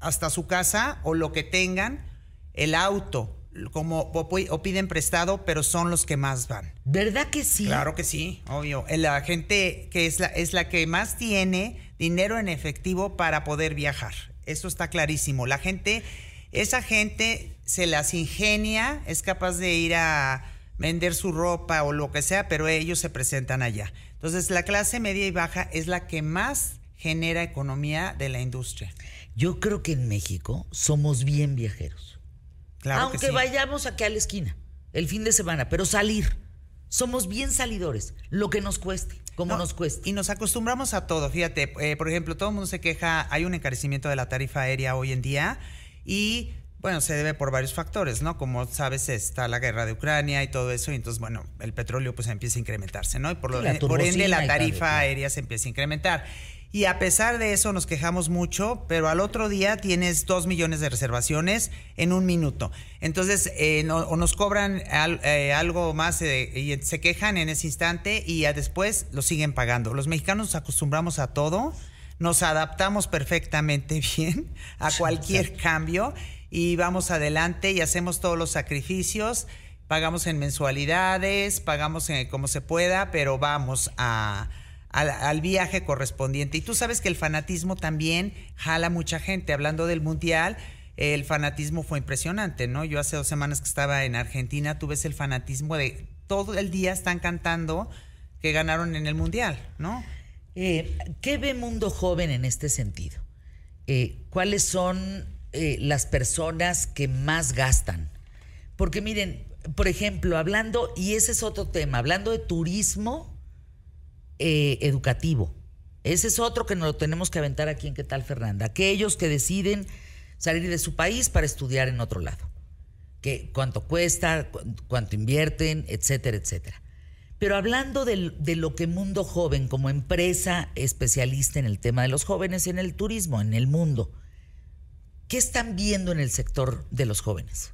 hasta su casa o lo que tengan, el auto, o piden prestado, pero son los que más van. ¿Verdad que sí? Claro que sí, obvio. La gente que es la que más tiene dinero en efectivo para poder viajar. Eso está clarísimo. Esa gente se las ingenia, es capaz de ir a vender su ropa o lo que sea, pero ellos se presentan allá. Entonces, la clase media y baja es la que más genera economía de la industria. Yo creo que en México somos bien viajeros. Claro Aunque que sí. vayamos aquí a la esquina el fin de semana, pero salir. Somos bien salidores, lo que nos cueste, como nos cueste. Y nos acostumbramos a todo. Fíjate, por ejemplo, todo el mundo se queja, hay un encarecimiento de la tarifa aérea hoy en día y, bueno, se debe por varios factores, ¿no? Como sabes, está la guerra de Ucrania y todo eso, y entonces, bueno, el petróleo pues empieza a incrementarse, ¿no? Y por ende la tarifa aérea se empieza a incrementar. Y a pesar de eso nos quejamos mucho, pero al otro día tienes 2 millones de reservaciones en un minuto. Entonces, o nos cobran algo más y se quejan en ese instante y ya después lo siguen pagando. Los mexicanos nos acostumbramos a todo, nos adaptamos perfectamente bien a cualquier cambio y vamos adelante y hacemos todos los sacrificios, pagamos en mensualidades, pagamos como se pueda, pero vamos al viaje correspondiente. Y tú sabes que el fanatismo también jala mucha gente. Hablando del Mundial, el fanatismo fue impresionante, ¿no? Yo hace 2 semanas que estaba en Argentina, tú ves el fanatismo de todo el día están cantando que ganaron en el Mundial, ¿no? ¿Qué ve Mundo Joven en este sentido? ¿Cuáles son las personas que más gastan? Porque miren, por ejemplo, hablando, y ese es otro tema, hablando de turismo educativo. Ese es otro que nos lo tenemos que aventar aquí en ¿Qué tal, Fernanda? Aquellos que deciden salir de su país para estudiar en otro lado. Cuánto cuesta, cuánto invierten, etcétera, etcétera. Pero hablando de lo que Mundo Joven, como empresa especialista en el tema de los jóvenes en el turismo, en el mundo, ¿qué están viendo en el sector de los jóvenes?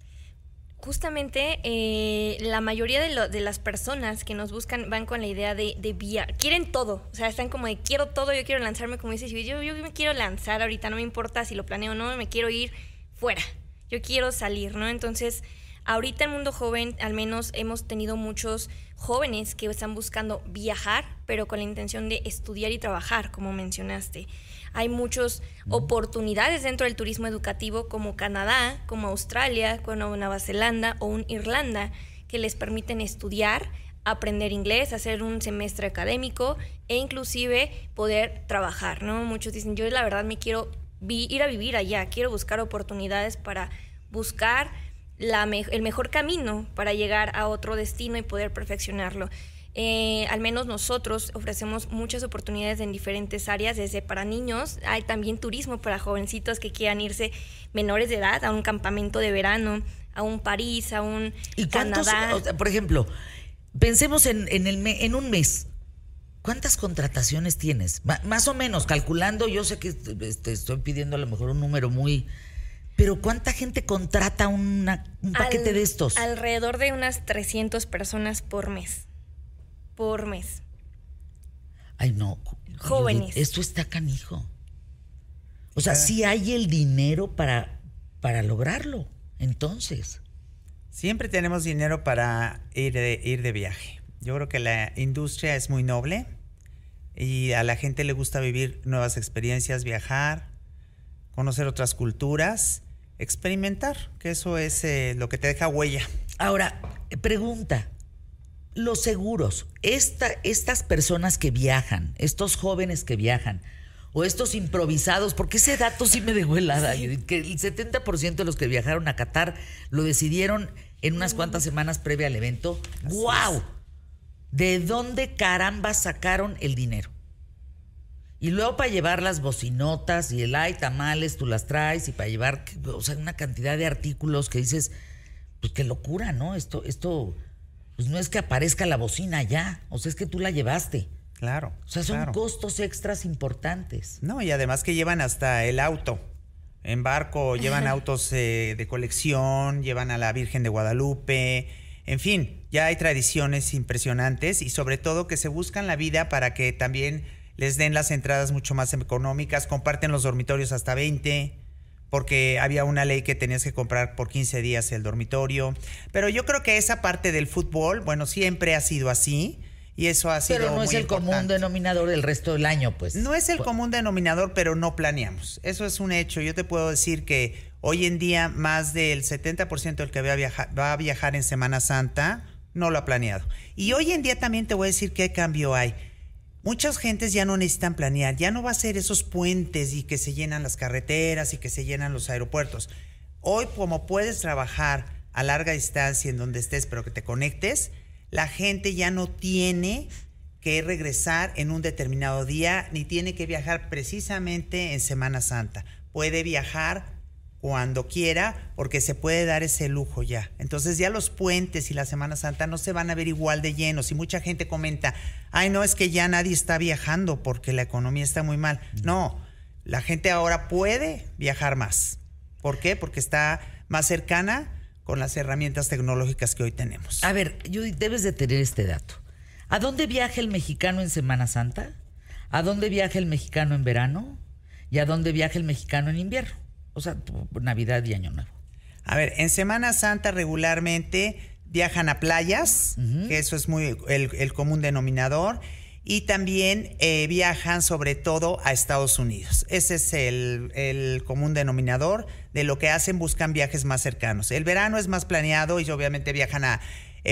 Justamente la mayoría de las personas que nos buscan van con la idea de viajar, quieren todo, o sea, están como de quiero todo, yo quiero lanzarme, como dices, yo me quiero lanzar ahorita, no me importa si lo planeo o no, me quiero ir fuera, yo quiero salir, ¿no? Entonces, ahorita en Mundo Joven, al menos hemos tenido muchos jóvenes que están buscando viajar, pero con la intención de estudiar y trabajar, como mencionaste. Hay muchas oportunidades dentro del turismo educativo como Canadá, como Australia, como Nueva Zelanda o Irlanda, que les permiten estudiar, aprender inglés, hacer un semestre académico e inclusive poder trabajar, ¿no? Muchos dicen, yo la verdad me quiero ir a vivir allá, quiero buscar oportunidades para buscar el mejor camino para llegar a otro destino y poder perfeccionarlo. Al menos nosotros ofrecemos muchas oportunidades en diferentes áreas, desde para niños, hay también turismo para jovencitos que quieran irse menores de edad a un campamento de verano, a un París, a un Canadá. O sea, por ejemplo, pensemos en un mes. ¿Cuántas contrataciones tienes? Más o menos, calculando, yo sé que estoy pidiendo a lo mejor un número muy... Pero ¿cuánta gente contrata un paquete de estos? Alrededor de unas 300 personas por mes. Por mes. Ay, no. Jóvenes. Esto está canijo. O sea, sí hay el dinero para lograrlo. Entonces. Siempre tenemos dinero para ir de viaje. Yo creo que la industria es muy noble y a la gente le gusta vivir nuevas experiencias, viajar, conocer otras culturas, experimentar, que eso es lo que te deja huella. Ahora, pregunta. Los seguros, estas personas que viajan, estos jóvenes que viajan, o estos improvisados, porque ese dato sí me dejó helada, que el 70% de los que viajaron a Qatar lo decidieron en unas cuantas semanas previa al evento. ¡Wow! ¿De dónde caramba sacaron el dinero? Y luego para llevar las bocinotas y tamales, tú las traes, y para llevar, o sea, una cantidad de artículos que dices, pues qué locura, ¿no? Esto pues no es que aparezca la bocina ya, o sea, es que tú la llevaste. Claro. O sea, son costos extras importantes. No, y además que llevan hasta el auto. En barco llevan autos de colección, llevan a la Virgen de Guadalupe, en fin, ya hay tradiciones impresionantes y sobre todo que se buscan la vida para que también les den las entradas mucho más económicas, comparten los dormitorios hasta 20. porque había una ley que tenías que comprar por 15 días el dormitorio. Pero yo creo que esa parte del fútbol, bueno, siempre ha sido así. Y eso ha sido muy importante. Pero no es el común denominador del resto del año, pues. No es el común denominador, pero no planeamos. Eso es un hecho. Yo te puedo decir que hoy en día más del 70% del que va a viajar en Semana Santa no lo ha planeado. Y hoy en día también te voy a decir qué cambio hay. Muchas gentes ya no necesitan planear. Ya no va a ser esos puentes y que se llenan las carreteras y que se llenan los aeropuertos. Hoy, como puedes trabajar a larga distancia en donde estés, pero que te conectes, la gente ya no tiene que regresar en un determinado día, ni tiene que viajar precisamente en Semana Santa. Puede viajar cuando quiera, porque se puede dar ese lujo ya. Entonces ya los puentes y la Semana Santa no se van a ver igual de llenos. Y mucha gente comenta, ay, no, es que ya nadie está viajando porque la economía está muy mal. No, la gente ahora puede viajar más. ¿Por qué? Porque está más cercana con las herramientas tecnológicas que hoy tenemos. A ver, Judith, debes de tener este dato. ¿A dónde viaja el mexicano en Semana Santa? ¿A dónde viaja el mexicano en verano? ¿Y a dónde viaja el mexicano en invierno? O sea, Navidad y Año Nuevo. A ver, en Semana Santa regularmente viajan a playas, que eso es muy el común denominador, y también viajan sobre todo a Estados Unidos. Ese es el común denominador de lo que hacen, buscan viajes más cercanos. El verano es más planeado y obviamente viajan a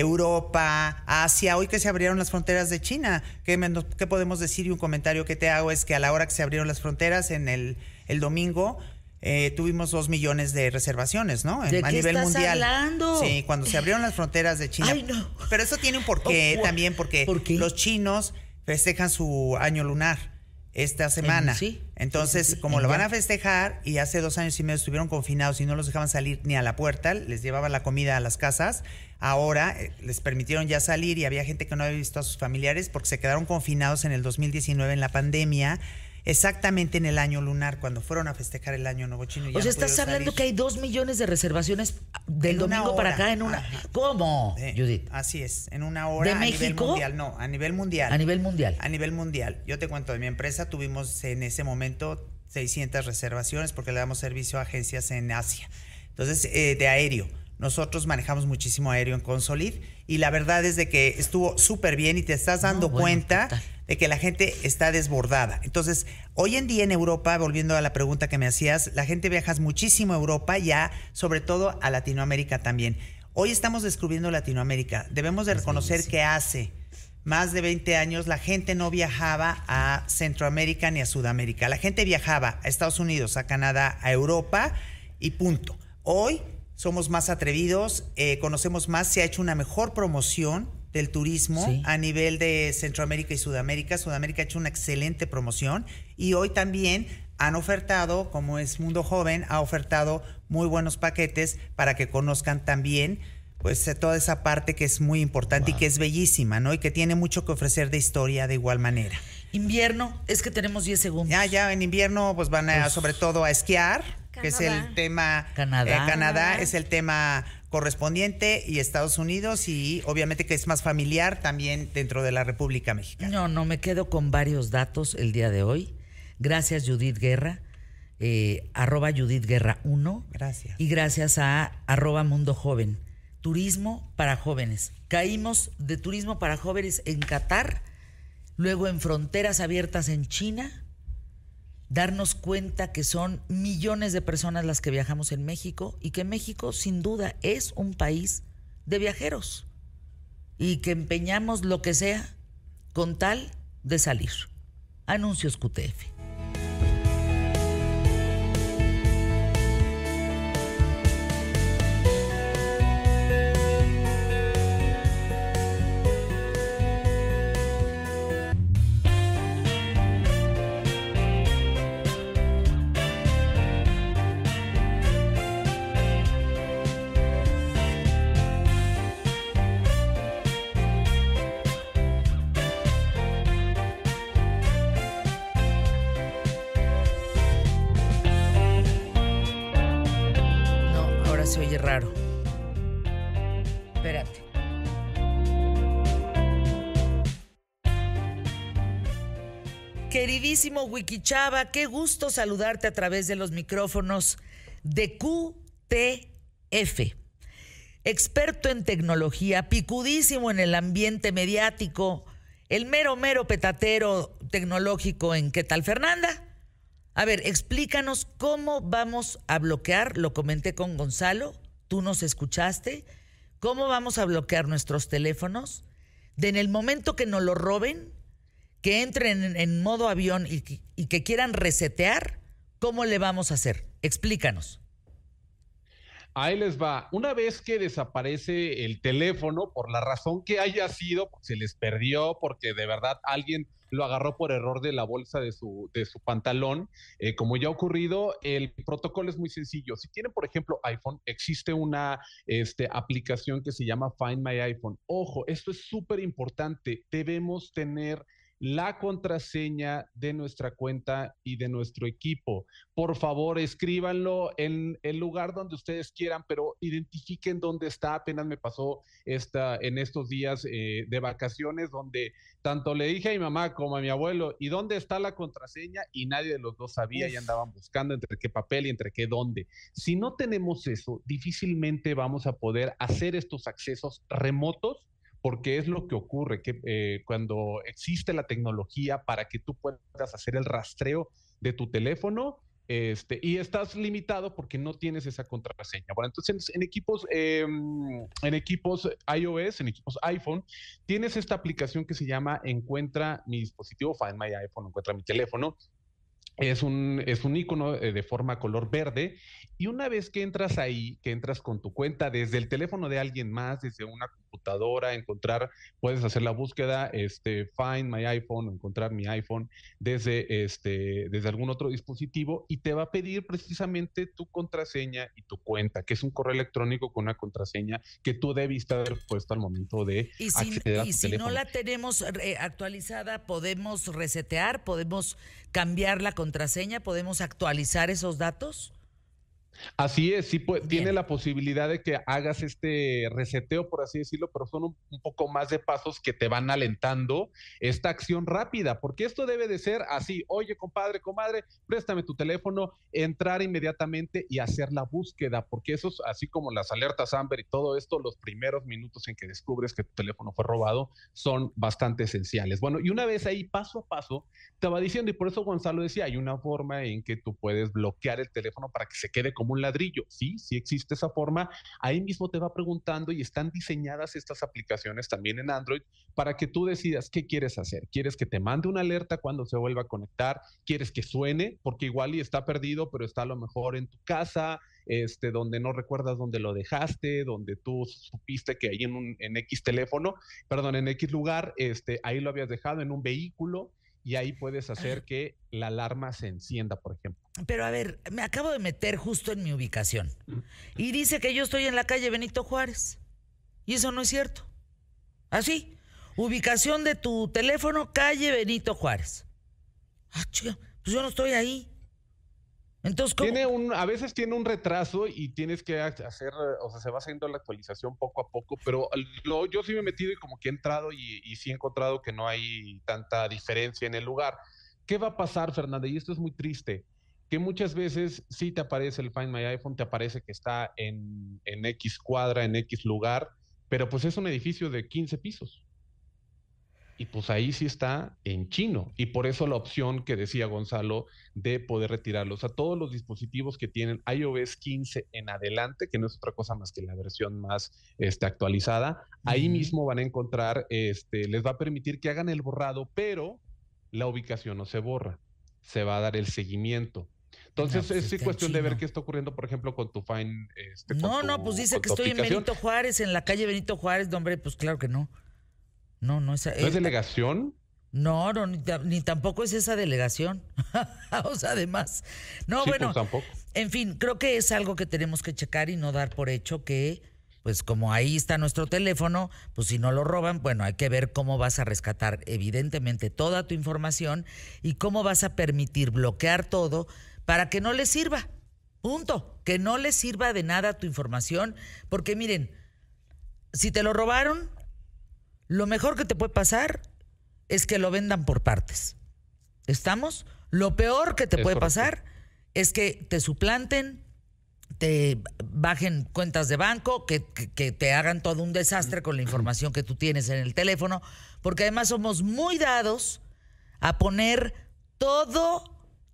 Europa, Asia. Hoy que se abrieron las fronteras de China, ¿qué podemos decir? Y un comentario que te hago es que a la hora que se abrieron las fronteras en el domingo, tuvimos 2 millones de reservaciones, ¿no? ¿De a qué nivel estás mundial. Hablando? Sí, cuando se abrieron las fronteras de China. Ay, no. Pero eso tiene un porqué también, porque ¿Por qué? los chinos festejan su año lunar esta semana. Sí. Entonces, Sí. como lo van a festejar y hace 2 años y medio estuvieron confinados y no los dejaban salir ni a la puerta, les llevaban la comida a las casas, ahora les permitieron ya salir y había gente que no había visto a sus familiares porque se quedaron confinados en el 2019 en la pandemia, exactamente en el año lunar, cuando fueron a festejar el año nuevo chino. O sea, estás hablando que hay 2 millones de reservaciones del domingo para acá en una... Ajá. ¿Cómo, Judith? Así es, en una hora. ¿De a México? Nivel mundial, no, a nivel mundial. A nivel mundial. A nivel mundial. Yo te cuento, de mi empresa tuvimos en ese momento 600 reservaciones porque le damos servicio a agencias en Asia. Entonces, de aéreo. Nosotros manejamos muchísimo aéreo en Consolid y la verdad es de que estuvo súper bien y te estás dando cuenta de que la gente está desbordada. Entonces, hoy en día en Europa, volviendo a la pregunta que me hacías, la gente viaja muchísimo a Europa, ya sobre todo a Latinoamérica también. Hoy estamos descubriendo Latinoamérica. Debemos de reconocer que hace más de 20 años la gente no viajaba a Centroamérica ni a Sudamérica. La gente viajaba a Estados Unidos, a Canadá, a Europa y punto. Hoy somos más atrevidos, conocemos más, se ha hecho una mejor promoción del turismo a nivel de Centroamérica y Sudamérica. Sudamérica ha hecho una excelente promoción y hoy también han ofertado, como es Mundo Joven, ha ofertado muy buenos paquetes para que conozcan también pues toda esa parte que es muy importante y que es bellísima, ¿no? Y que tiene mucho que ofrecer de historia de igual manera. Invierno, es que tenemos 10 segundos. Ya en invierno pues van a sobre todo a esquiar, que es el tema. Canadá es el tema correspondiente y Estados Unidos y obviamente que es más familiar también dentro de la República Mexicana. No, me quedo con varios datos el día de hoy. Gracias, Judith Guerra, @JudithGuerra1. Gracias. Y gracias a @Mundo Joven. Turismo para jóvenes. Caímos de turismo para jóvenes en Qatar, luego en fronteras abiertas en China, darnos cuenta que son millones de personas las que viajamos en México y que México sin duda es un país de viajeros y que empeñamos lo que sea con tal de salir. Anuncios QTF. Se oye raro. Espérate. Queridísimo Wikichava, qué gusto saludarte a través de los micrófonos de QTF. Experto en tecnología, picudísimo en el ambiente mediático, el mero petatero tecnológico en ¿Qué tal, Fernanda? A ver, explícanos cómo vamos a bloquear, lo comenté con Gonzalo, tú nos escuchaste, cómo vamos a bloquear nuestros teléfonos, en el momento que nos lo roben, que entren en modo avión y que quieran resetear, ¿cómo le vamos a hacer? Explícanos. Ahí les va. Una vez que desaparece el teléfono, por la razón que haya sido, porque se les perdió, porque de verdad alguien lo agarró por error de la bolsa de su pantalón, como ya ha ocurrido, el protocolo es muy sencillo. Si tienen, por ejemplo, iPhone, existe una aplicación que se llama Find My iPhone. Ojo, esto es súper importante. Debemos tener la contraseña de nuestra cuenta y de nuestro equipo. Por favor, escríbanlo en el lugar donde ustedes quieran, pero identifiquen dónde está. Apenas me pasó en estos días de vacaciones, donde tanto le dije a mi mamá como a mi abuelo, ¿y dónde está la contraseña? Y nadie de los dos sabía y andaban buscando entre qué papel y entre qué dónde. Si no tenemos eso, difícilmente vamos a poder hacer estos accesos remotos, porque es lo que ocurre, que cuando existe la tecnología para que tú puedas hacer el rastreo de tu teléfono, y estás limitado porque no tienes esa contraseña. Bueno, entonces en equipos iOS, en equipos iPhone, tienes esta aplicación que se llama Encuentra mi dispositivo, Find My iPhone, Encuentra mi teléfono. Es un icono de forma color verde, y una vez que entras ahí, que entras con tu cuenta desde el teléfono de alguien más, desde una computadora, puedes hacer la búsqueda, Find My iPhone, encontrar mi iPhone desde algún otro dispositivo, y te va a pedir precisamente tu contraseña y tu cuenta, que es un correo electrónico con una contraseña que tú debiste haber puesto al momento de acceder a tu teléfono. Y si no la tenemos actualizada, ¿podemos resetear? ¿Podemos cambiar la contraseña? ¿Podemos actualizar esos datos? Así es, sí, tiene la posibilidad de que hagas este reseteo, por así decirlo, pero son un poco más de pasos que te van alentando esta acción rápida, porque esto debe de ser así: oye, compadre, comadre, préstame tu teléfono, entrar inmediatamente y hacer la búsqueda, porque eso es así como las alertas Amber y todo esto, los primeros minutos en que descubres que tu teléfono fue robado son bastante esenciales. Bueno, y una vez ahí, paso a paso, te va diciendo, y por eso Gonzalo decía, hay una forma en que tú puedes bloquear el teléfono para que se quede como un ladrillo. Sí existe esa forma. Ahí mismo te va preguntando, y están diseñadas estas aplicaciones también en Android para que tú decidas qué quieres hacer. ¿Quieres que te mande una alerta cuando se vuelva a conectar? ¿Quieres que suene? Porque igual y está perdido, pero está a lo mejor en tu casa, donde no recuerdas dónde lo dejaste, donde tú supiste que ahí en X teléfono, perdón, en X lugar, ahí lo habías dejado en un vehículo, y ahí puedes hacer que la alarma se encienda, por ejemplo. Pero a ver, me acabo de meter justo en mi ubicación y dice que yo estoy en la calle Benito Juárez, y eso no es cierto. Así, ubicación de tu teléfono, calle Benito Juárez. Ah, chica, pues yo no estoy ahí. Entonces, ¿cómo? A veces tiene un retraso y tienes que hacer, o sea, se va haciendo la actualización poco a poco, pero yo sí me he metido y como que he entrado y sí he encontrado que no hay tanta diferencia en el lugar. ¿Qué va a pasar, Fernanda? Y esto es muy triste, que muchas veces sí te aparece el Find My iPhone, te aparece que está en X cuadra, en X lugar, pero pues es un edificio de 15 pisos. Y pues ahí sí está en chino. Y por eso la opción que decía Gonzalo de poder retirarlos a todos los dispositivos que tienen iOS 15 en adelante, que no es otra cosa más que la versión más actualizada. Ahí mismo van a encontrar, les va a permitir que hagan el borrado, pero la ubicación no se borra. Se va a dar el seguimiento. Entonces es cuestión de ver qué está ocurriendo, por ejemplo, con tu Find. Pues dice que estoy en Benito Juárez, en la calle Benito Juárez. No, hombre, pues claro que no. No es delegación. No, ni tampoco es esa delegación. O sea, además. No, sí, bueno, pues tampoco. En fin, creo que es algo que tenemos que checar y no dar por hecho que, pues como ahí está nuestro teléfono, pues si no lo roban, bueno, hay que ver cómo vas a rescatar evidentemente toda tu información y cómo vas a permitir bloquear todo para que no les sirva. Punto. Que no les sirva de nada tu información, porque miren, si te lo robaron, lo mejor que te puede pasar es que lo vendan por partes. ¿Estamos? Lo peor que te puede pasar es que te suplanten te bajen cuentas de banco, que te hagan todo un desastre con la información que tú tienes en el teléfono, porque además somos muy dados a poner todo.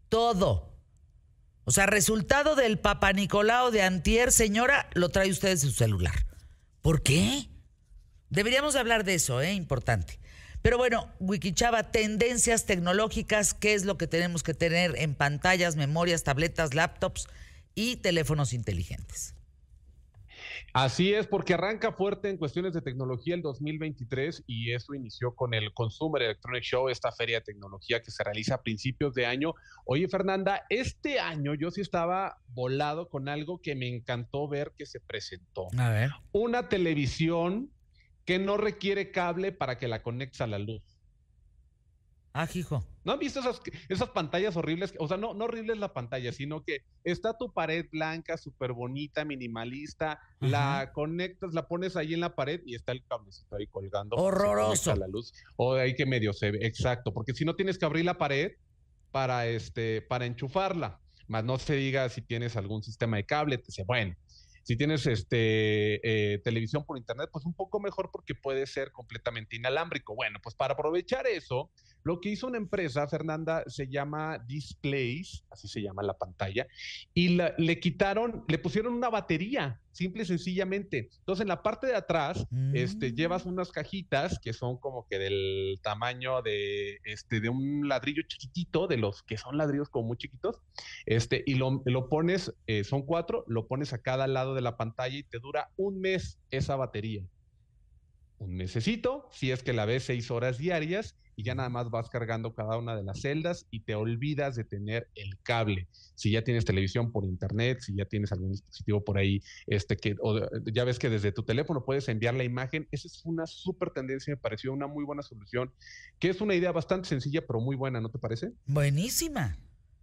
O sea, resultado del Papa Nicolau de antier, señora, lo trae usted en su celular. ¿Por qué? Deberíamos hablar de eso, importante. Pero bueno, Wikichava, tendencias tecnológicas, ¿qué es lo que tenemos que tener en pantallas, memorias, tabletas, laptops y teléfonos inteligentes? Así es, porque arranca fuerte en cuestiones de tecnología el 2023 y eso inició con el Consumer Electronic Show, esta feria de tecnología que se realiza a principios de año. Oye, Fernanda, este año yo sí estaba volado con algo que me encantó ver que se presentó. A ver. Una televisión que no requiere cable para que la conectes a la luz. Ah, hijo. ¿No han visto esas pantallas horribles? O sea, no horrible es la pantalla, sino que está tu pared blanca, súper bonita, minimalista, ajá, la conectas, la pones ahí en la pared y está el cablecito ahí colgando. Horroroso. A la luz. O ahí que medio se ve, exacto, porque si no tienes que abrir la pared para enchufarla, más no se diga si tienes algún sistema de cable, bueno. Si tienes televisión por internet, pues un poco mejor porque puede ser completamente inalámbrico. Bueno, pues para aprovechar eso, lo que hizo una empresa, Fernanda, se llama Displays, así se llama la pantalla, y le pusieron una batería, simple y sencillamente. Entonces, en la parte de atrás, llevas unas cajitas que son como que del tamaño de un ladrillo chiquitito, de los que son ladrillos como muy chiquitos, y lo pones, son 4, lo pones a cada lado de la pantalla y te dura un mes esa batería. Un mesecito, si es que la ves 6 horas diarias y ya nada más vas cargando cada una de las celdas y te olvidas de tener el cable. Si ya tienes televisión por internet, si ya tienes algún dispositivo por ahí, ya ves que desde tu teléfono puedes enviar la imagen. Esa es una súper tendencia, me pareció una muy buena solución, que es una idea bastante sencilla, pero muy buena, ¿no te parece? Buenísima.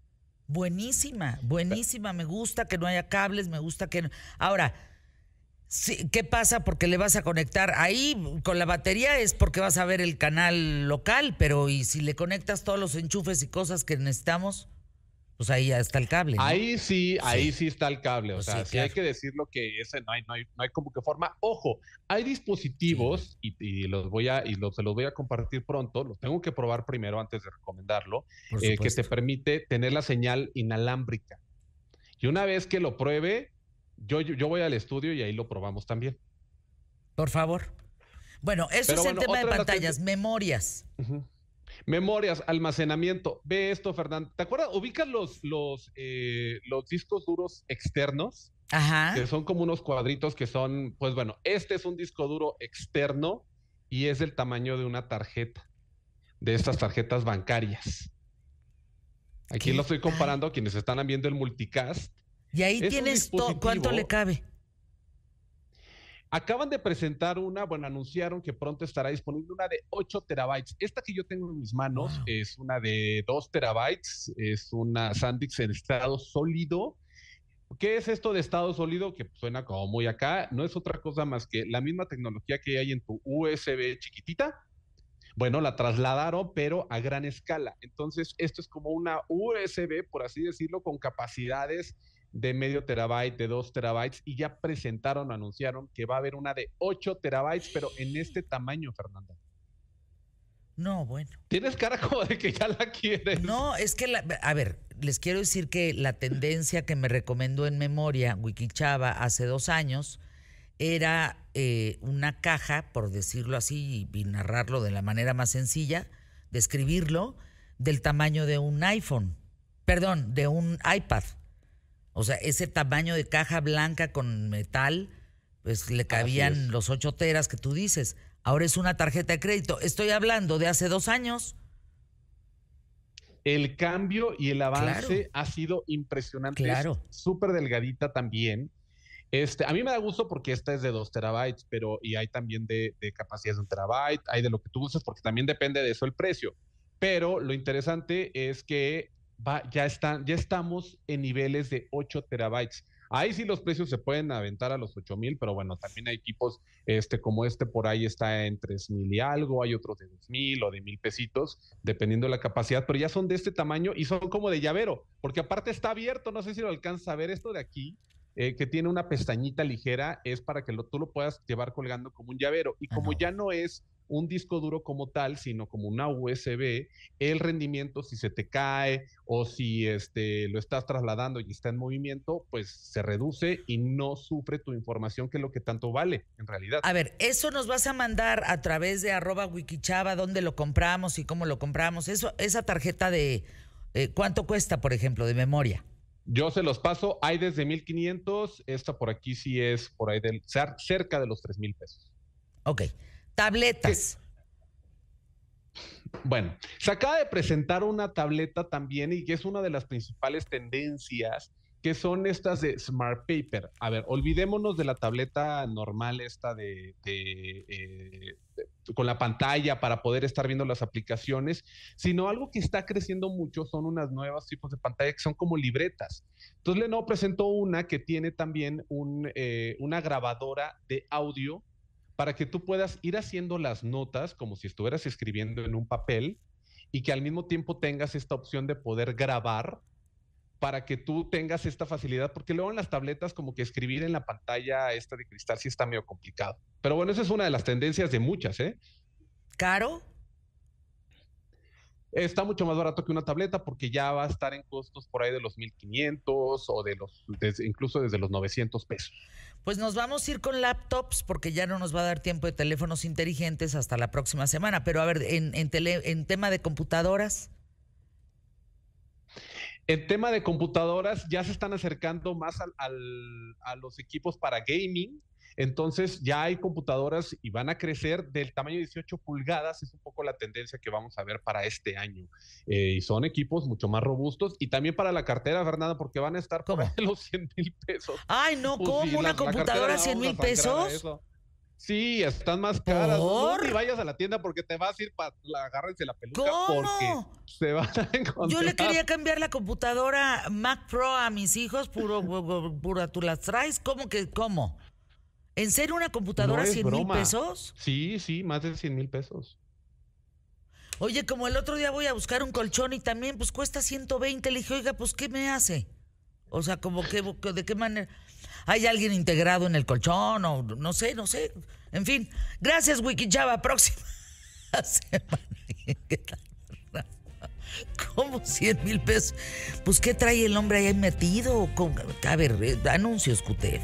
Me gusta que no haya cables, me gusta que no. Ahora, sí, ¿qué pasa? Porque le vas a conectar ahí con la batería es porque vas a ver el canal local, pero ¿y si le conectas todos los enchufes y cosas que necesitamos? Pues ahí ya está el cable, ¿no? Ahí sí está el cable. O sea, sí, claro, hay que decirlo que ese no hay como que forma. Ojo, hay dispositivos y se los voy a compartir pronto. Los tengo que probar primero antes de recomendarlo, que te permite tener la señal inalámbrica. Y una vez que lo pruebe, yo voy al estudio y ahí lo probamos también. Por favor. Bueno, eso es el tema de pantallas, memorias. Uh-huh. Memorias, almacenamiento. Ve esto, Fernando. ¿Te acuerdas? ¿Ubicas los discos duros externos? Ajá. Que son como unos cuadritos que son, pues bueno, este es un disco duro externo y es del tamaño de una tarjeta, de estas tarjetas bancarias. Aquí lo estoy comparando a quienes están viendo el multicast. Y ahí tienes ¿cuánto le cabe? Acaban de presentar anunciaron que pronto estará disponible una de 8 terabytes. Esta que yo tengo en mis manos es una de 2 terabytes, es una SanDisk en estado sólido. ¿Qué es esto de estado sólido? Que suena como muy acá, no es otra cosa más que la misma tecnología que hay en tu USB chiquitita. Bueno, la trasladaron, pero a gran escala. Entonces, esto es como una USB, por así decirlo, con capacidades de medio terabyte, de 2 terabytes, y ya anunciaron que va a haber una de 8 terabytes, pero en este tamaño, Fernanda. No, bueno. Tienes cara como de que ya la quieres. No, es que, a ver, les quiero decir que la tendencia que me recomendó en memoria Wikichava hace 2 años era una caja, por decirlo así y narrarlo de la manera más sencilla, describirlo, del tamaño de un de un iPad. O sea, ese tamaño de caja blanca con metal, pues le cabían los 8 teras que tú dices. Ahora es una tarjeta de crédito. Estoy hablando de hace 2 años. El cambio y el avance ha sido impresionante. Claro. Súper delgadita también. A mí me da gusto porque esta es de 2 terabytes, y hay también de capacidad de 1 terabyte, hay de lo que tú uses, porque también depende de eso el precio. Pero lo interesante es que ya estamos en niveles de 8 terabytes. Ahí sí los precios se pueden aventar a los 8,000, pero bueno, también hay equipos como por ahí está en 3,000 y algo, hay otros de 2,000 o de 1,000 pesitos, dependiendo de la capacidad, pero ya son de este tamaño y son como de llavero, porque aparte está abierto, no sé si lo alcanzas a ver esto de aquí. que tiene una pestañita ligera, es para que tú lo puedas llevar colgando como un llavero. Y como ya no es un disco duro como tal, sino como una USB, el rendimiento, si se te cae o si lo estás trasladando y está en movimiento, pues se reduce y no sufre tu información, que es lo que tanto vale en realidad. A ver, eso nos vas a mandar a través de @wikichava, dónde lo compramos y cómo lo compramos. Esa tarjeta de ¿cuánto cuesta, por ejemplo, de memoria? Yo se los paso, hay desde 1,500, esta por aquí sí es por ahí cerca de los 3,000 pesos. Ok. Tabletas. Bueno, se acaba de presentar una tableta también y que es una de las principales tendencias, que son estas de Smart Paper. A ver, olvidémonos de la tableta normal esta con la pantalla para poder estar viendo las aplicaciones, sino algo que está creciendo mucho son unas nuevas tipos de pantalla que son como libretas. Entonces Lenovo presentó una que tiene también una grabadora de audio para que tú puedas ir haciendo las notas como si estuvieras escribiendo en un papel y que al mismo tiempo tengas esta opción de poder grabar para que tú tengas esta facilidad, porque luego en las tabletas como que escribir en la pantalla esta de cristal sí está medio complicado. Pero bueno, esa es una de las tendencias de muchas, ¿eh? ¿Caro? Está mucho más barato que una tableta porque ya va a estar en costos por ahí de los 1,500 o incluso desde los 900 pesos. Pues nos vamos a ir con laptops porque ya no nos va a dar tiempo de teléfonos inteligentes hasta la próxima semana. Pero a ver, en tema de computadoras. En tema de computadoras ya se están acercando más a los equipos para gaming. Entonces ya hay computadoras y van a crecer del tamaño de 18 pulgadas, es un poco la tendencia que vamos a ver para este año. Y son equipos mucho más robustos y también para la cartera, Fernanda, porque van a estar por los 100,000 pesos. Ay, no, pues ¿cómo? Sí, ¿una computadora 100,000 pesos? Sí, están más caras. No ni vayas a la tienda porque te vas a ir agárrense la peluca. ¿Cómo? Porque se van a encontrar. Yo le quería cambiar la computadora Mac Pro a mis hijos, pura tú las traes. ¿Cómo? ¿En serio una computadora 100,000 pesos? Sí, más de 100,000 pesos. Oye, como el otro día voy a buscar un colchón y también pues cuesta 120, le dije, oiga, pues ¿qué me hace? O sea, como que, ¿de qué manera? ¿Hay alguien integrado en el colchón? O no sé. En fin, gracias, Wikichava. Próxima semana. ¿Qué tal? ¿Cómo 100,000 pesos? Pues ¿qué trae el hombre ahí metido? A ver, anuncios QTF.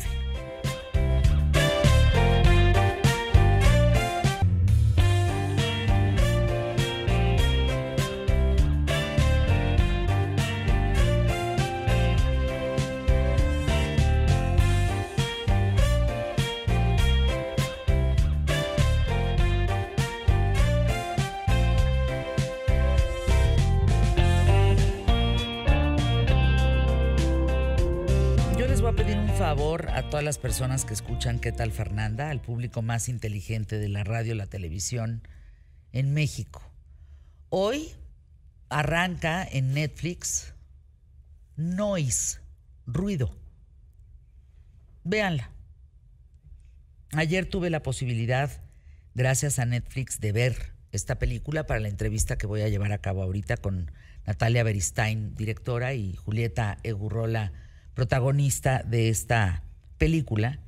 Favor a todas las personas que escuchan ¿Qué tal, Fernanda?, al público más inteligente de la radio y la televisión en México. Hoy arranca en Netflix Noise, ruido. Véanla. Ayer tuve la posibilidad, gracias a Netflix, de ver esta película para la entrevista que voy a llevar a cabo ahorita con Natalia Beristain, directora, y Julieta Egurrola, protagonista de esta película.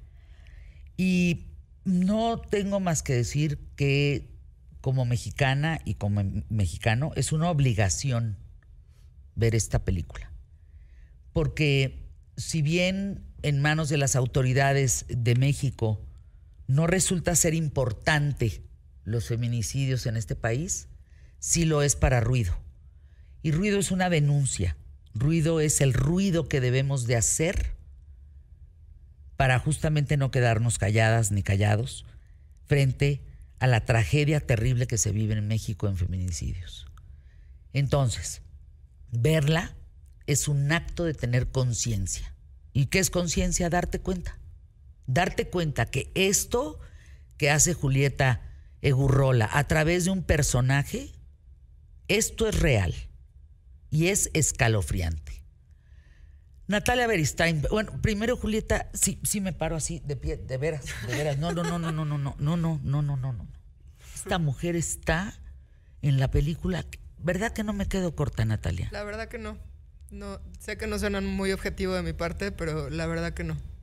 Y no tengo más que decir que como mexicana y como mexicano es una obligación ver esta película. Porque si bien en manos de las autoridades de México no resulta ser importante los feminicidios en este país, sí lo es para Ruido. Y Ruido es una denuncia. Ruido es el ruido que debemos de hacer para justamente no quedarnos calladas ni callados frente a la tragedia terrible que se vive en México en feminicidios. Entonces, verla es un acto de tener conciencia. ¿Y qué es conciencia? Darte cuenta. Darte cuenta que esto que hace Julieta Egurrola a través de un personaje, esto es real. Y es escalofriante. Natalia Beristain, bueno, primero Julieta, sí me paro así de pie, de veras. No. Esta mujer está en la película, ¿verdad que no me quedo corta, Natalia? La verdad que no. No, sé que no suenan muy objetivo de mi parte, pero la verdad que no.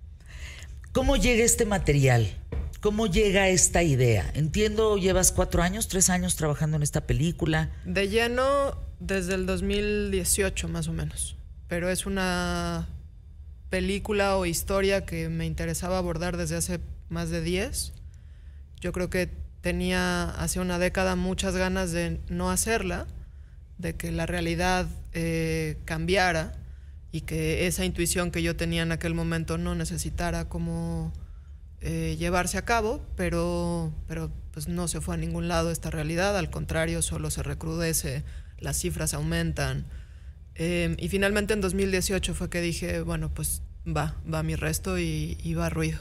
¿Cómo llega este material? ¿Cómo llega esta idea? Entiendo, llevas 4 años, 3 años trabajando en esta película. De lleno desde el 2018 más o menos, pero es una película o historia que me interesaba abordar desde hace más de 10. Yo creo que tenía hace una década muchas ganas de no hacerla, de que la realidad cambiara y que esa intuición que yo tenía en aquel momento no necesitara como llevarse a cabo, pero pues no se fue a ningún lado esta realidad, al contrario, solo se recrudece, las cifras aumentan. Y finalmente en 2018 fue que dije, bueno, pues va mi resto y va Ruido.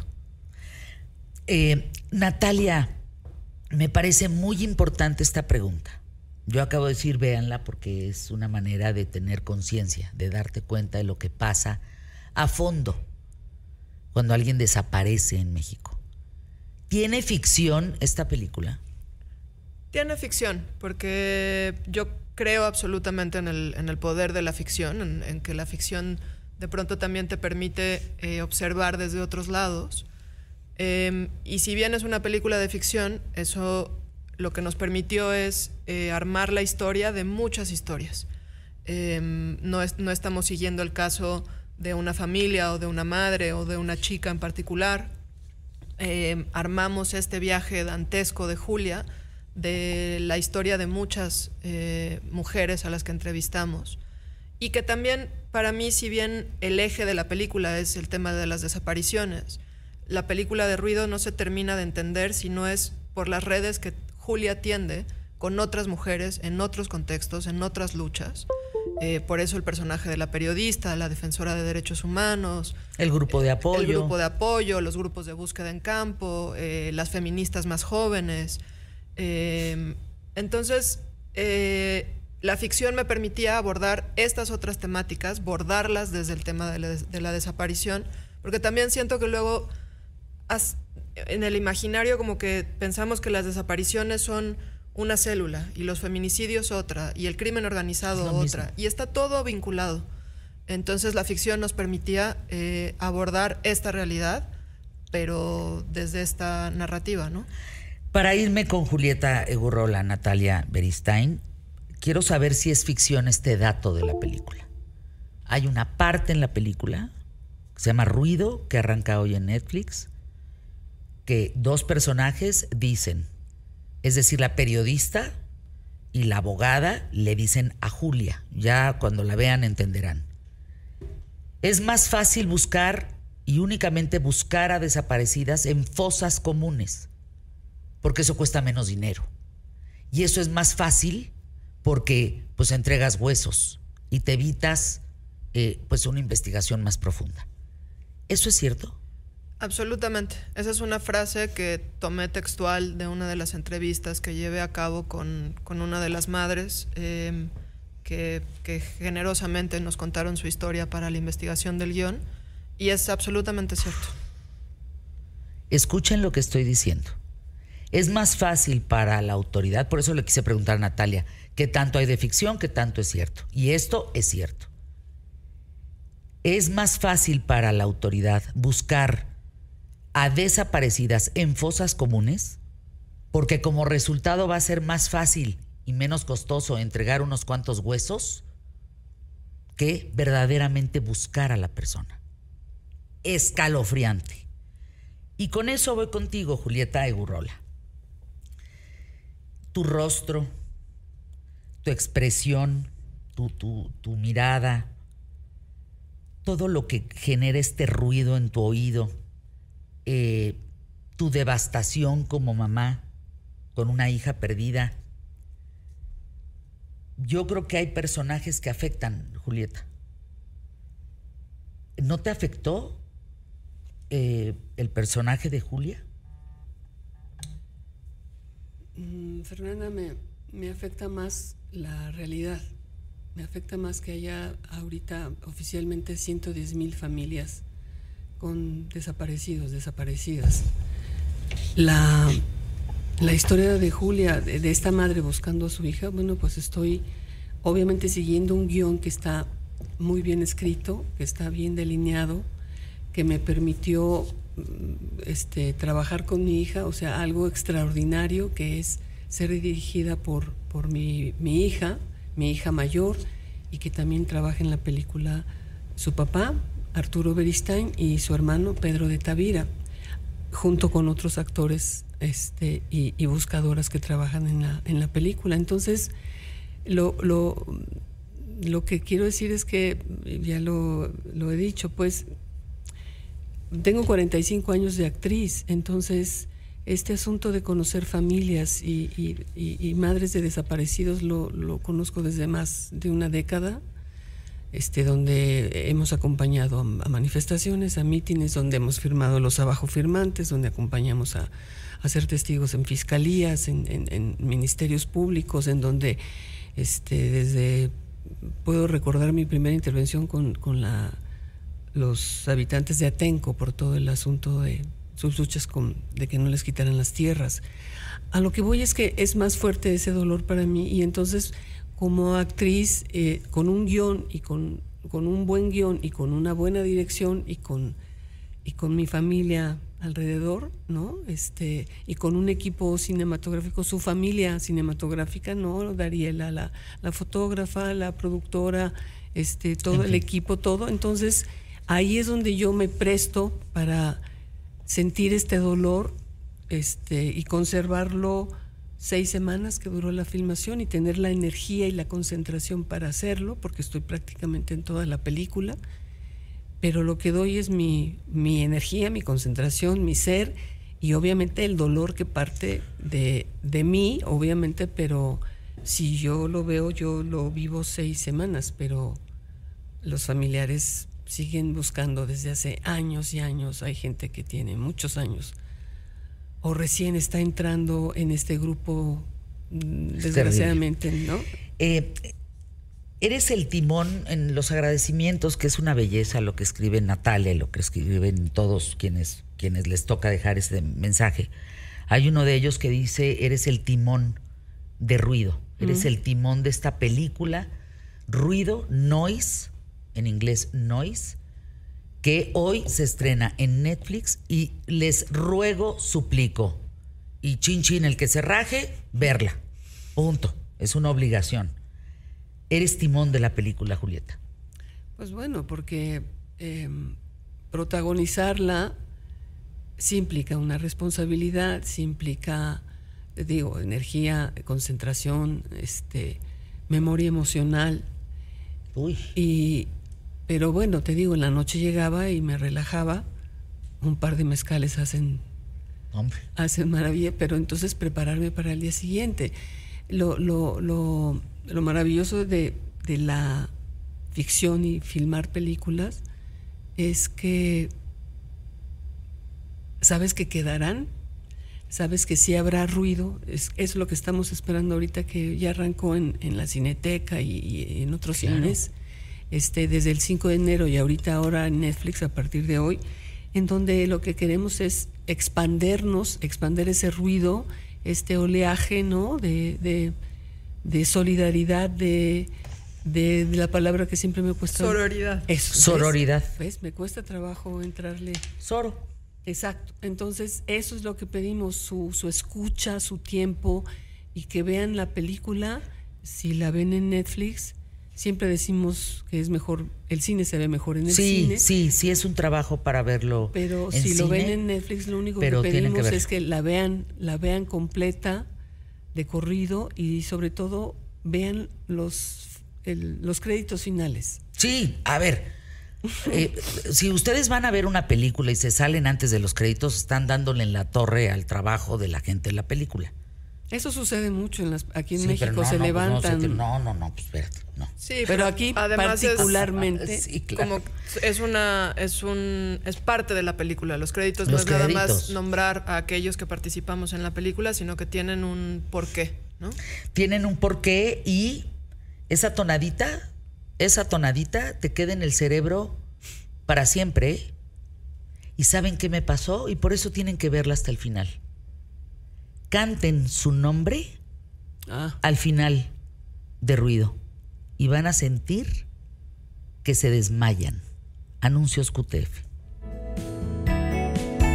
Natalia, me parece muy importante esta pregunta. Yo acabo de decir, véanla, porque es una manera de tener conciencia, de darte cuenta de lo que pasa a fondo cuando alguien desaparece en México. ¿Tiene ficción esta película? Tiene ficción, porque yo creo absolutamente en el poder de la ficción, en que la ficción de pronto también te permite observar desde otros lados. Y si bien es una película de ficción, eso lo que nos permitió es armar la historia de muchas historias. No estamos siguiendo el caso de una familia o de una madre o de una chica en particular. Armamos este viaje dantesco de Julia, de la historia de muchas mujeres a las que entrevistamos, y que también para mí, si bien el eje de la película es el tema de las desapariciones, la película de Ruido no se termina de entender si no es por las redes que Julia tiende con otras mujeres en otros contextos, en otras luchas. Por eso el personaje de la periodista, la defensora de derechos humanos, el grupo de apoyo. El grupo de apoyo, los grupos de búsqueda en campo, las feministas más jóvenes. Entonces, la ficción me permitía abordar estas otras temáticas, bordarlas desde el tema de la desaparición, porque también siento que luego en el imaginario como que pensamos que las desapariciones son una célula y los feminicidios otra y el crimen organizado otra, y está todo vinculado. Entonces la ficción nos permitía abordar esta realidad, pero desde esta narrativa, ¿no? Para irme con Julieta Egurrola, Natalia Beristain, quiero saber si es ficción este dato de la película. Hay una parte en la película que se llama Ruido, que arranca hoy en Netflix, que 2 personajes dicen, es decir, la periodista y la abogada le dicen a Julia, ya cuando la vean entenderán. Es más fácil buscar y únicamente buscar a desaparecidas en fosas comunes, porque eso cuesta menos dinero. Y eso es más fácil porque pues entregas huesos y te evitas pues una investigación más profunda. ¿Eso es cierto? Absolutamente. Esa es una frase que tomé textual de una de las entrevistas que llevé a cabo con una de las madres que generosamente nos contaron su historia para la investigación del guión, y es absolutamente cierto. Escuchen lo que estoy diciendo. Es más fácil para la autoridad, por eso le quise preguntar a Natalia, ¿qué tanto hay de ficción, qué tanto es cierto? Y esto es cierto. Es más fácil para la autoridad buscar a desaparecidas en fosas comunes, porque como resultado va a ser más fácil y menos costoso entregar unos cuantos huesos que verdaderamente buscar a la persona. Escalofriante. Y con eso voy contigo, Julieta Egurrola. Tu rostro, tu expresión, tu mirada, todo lo que genera este ruido en tu oído, tu devastación como mamá con una hija perdida. Yo creo que hay personajes que afectan, Julieta. ¿No te afectó el personaje de Julia? Fernanda, me afecta más la realidad. Me afecta más que haya ahorita oficialmente 110,000 familias con desaparecidos, desaparecidas. La historia de Julia, de esta madre buscando a su hija, bueno, pues estoy obviamente siguiendo un guión que está muy bien escrito, que está bien delineado, que me permitió trabajar con mi hija, o sea, algo extraordinario que es ser dirigida por mi hija mayor, y que también trabaja en la película su papá, Arturo Beristain, y su hermano Pedro de Tavira, junto con otros actores y buscadoras que trabajan en la película. Entonces, lo que quiero decir es que, ya lo he dicho, pues tengo 45 años de actriz, entonces este asunto de conocer familias y madres de desaparecidos lo conozco desde más de una década, donde hemos acompañado a manifestaciones, a mítines, donde hemos firmado los abajo firmantes, donde acompañamos a ser testigos en fiscalías, en ministerios públicos, en donde puedo recordar mi primera intervención con los habitantes de Atenco por todo el asunto de sus luchas de que no les quitaran las tierras. A lo que voy es que es más fuerte ese dolor para mí, y entonces como actriz, con un guión y con un buen guión y con una buena dirección y con mi familia alrededor, ¿no? Y con un equipo cinematográfico, su familia cinematográfica, ¿no? Dariela, la fotógrafa, la productora, todo el equipo, todo. Entonces, ahí es donde yo me presto para sentir este dolor, y conservarlo 6 semanas que duró la filmación, y tener la energía y la concentración para hacerlo, porque estoy prácticamente en toda la película. Pero lo que doy es mi energía, mi concentración, mi ser, y obviamente el dolor que parte de mí, obviamente, pero si yo lo veo, yo lo vivo 6 semanas, pero los familiares siguen buscando desde hace años y años. Hay gente que tiene muchos años o recién está entrando en este grupo, desgraciadamente, ¿no? Eres el timón en los agradecimientos, que es una belleza lo que escribe Natalia, lo que escriben todos quienes les toca dejar ese mensaje. Hay uno de ellos que dice: eres el timón de Ruido, eres el timón de esta película, Ruido, Noise, en inglés Noise, que hoy se estrena en Netflix, y les ruego, suplico, y chin chin el que se raje, verla, punto, es una obligación. Eres timón de la película, Julieta. Pues bueno, porque protagonizarla sí implica una responsabilidad, sí implica, digo, energía, concentración, memoria emocional. Uy. Pero bueno, te digo, en la noche llegaba y me relajaba. Un par de mezcales hacen maravilla, pero entonces prepararme para el día siguiente. Lo maravilloso de la ficción y filmar películas es que sabes que quedarán, sabes que sí habrá ruido. Es lo que estamos esperando ahorita, que ya arrancó en la Cineteca y en otros cines, desde el 5 de enero y ahora en Netflix a partir de hoy, en donde lo que queremos es expander ese ruido, este oleaje, ¿no? de solidaridad, de la palabra que siempre me cuesta. Sororidad. Eso, sororidad. ¿Ves? Me cuesta trabajo entrarle. Soro. Exacto. Entonces, eso es lo que pedimos, su escucha, su tiempo, y que vean la película. Si la ven en Netflix, siempre decimos que es mejor, el cine se ve mejor en el cine. Sí, es un trabajo para verlo. Pero en si cine, lo ven en Netflix, lo único que pedimos es que la vean completa, de corrido, y sobre todo vean los créditos finales. Sí, a ver, si ustedes van a ver una película y se salen antes de los créditos, están dándole en la torre al trabajo de la gente de la película. Eso sucede mucho aquí en México, se levantan. Pues espérate, no. Sí, pero aquí particularmente, como es parte de la película. Los créditos no es nada más nombrar a aquellos que participamos en la película, sino que tienen un porqué, ¿no? Tienen un porqué, y esa tonadita te queda en el cerebro para siempre, ¿eh? ¿Y saben qué me pasó? Y por eso tienen que verla hasta el final. Canten su nombre al final de Ruido y van a sentir que se desmayan. Anuncios QTF.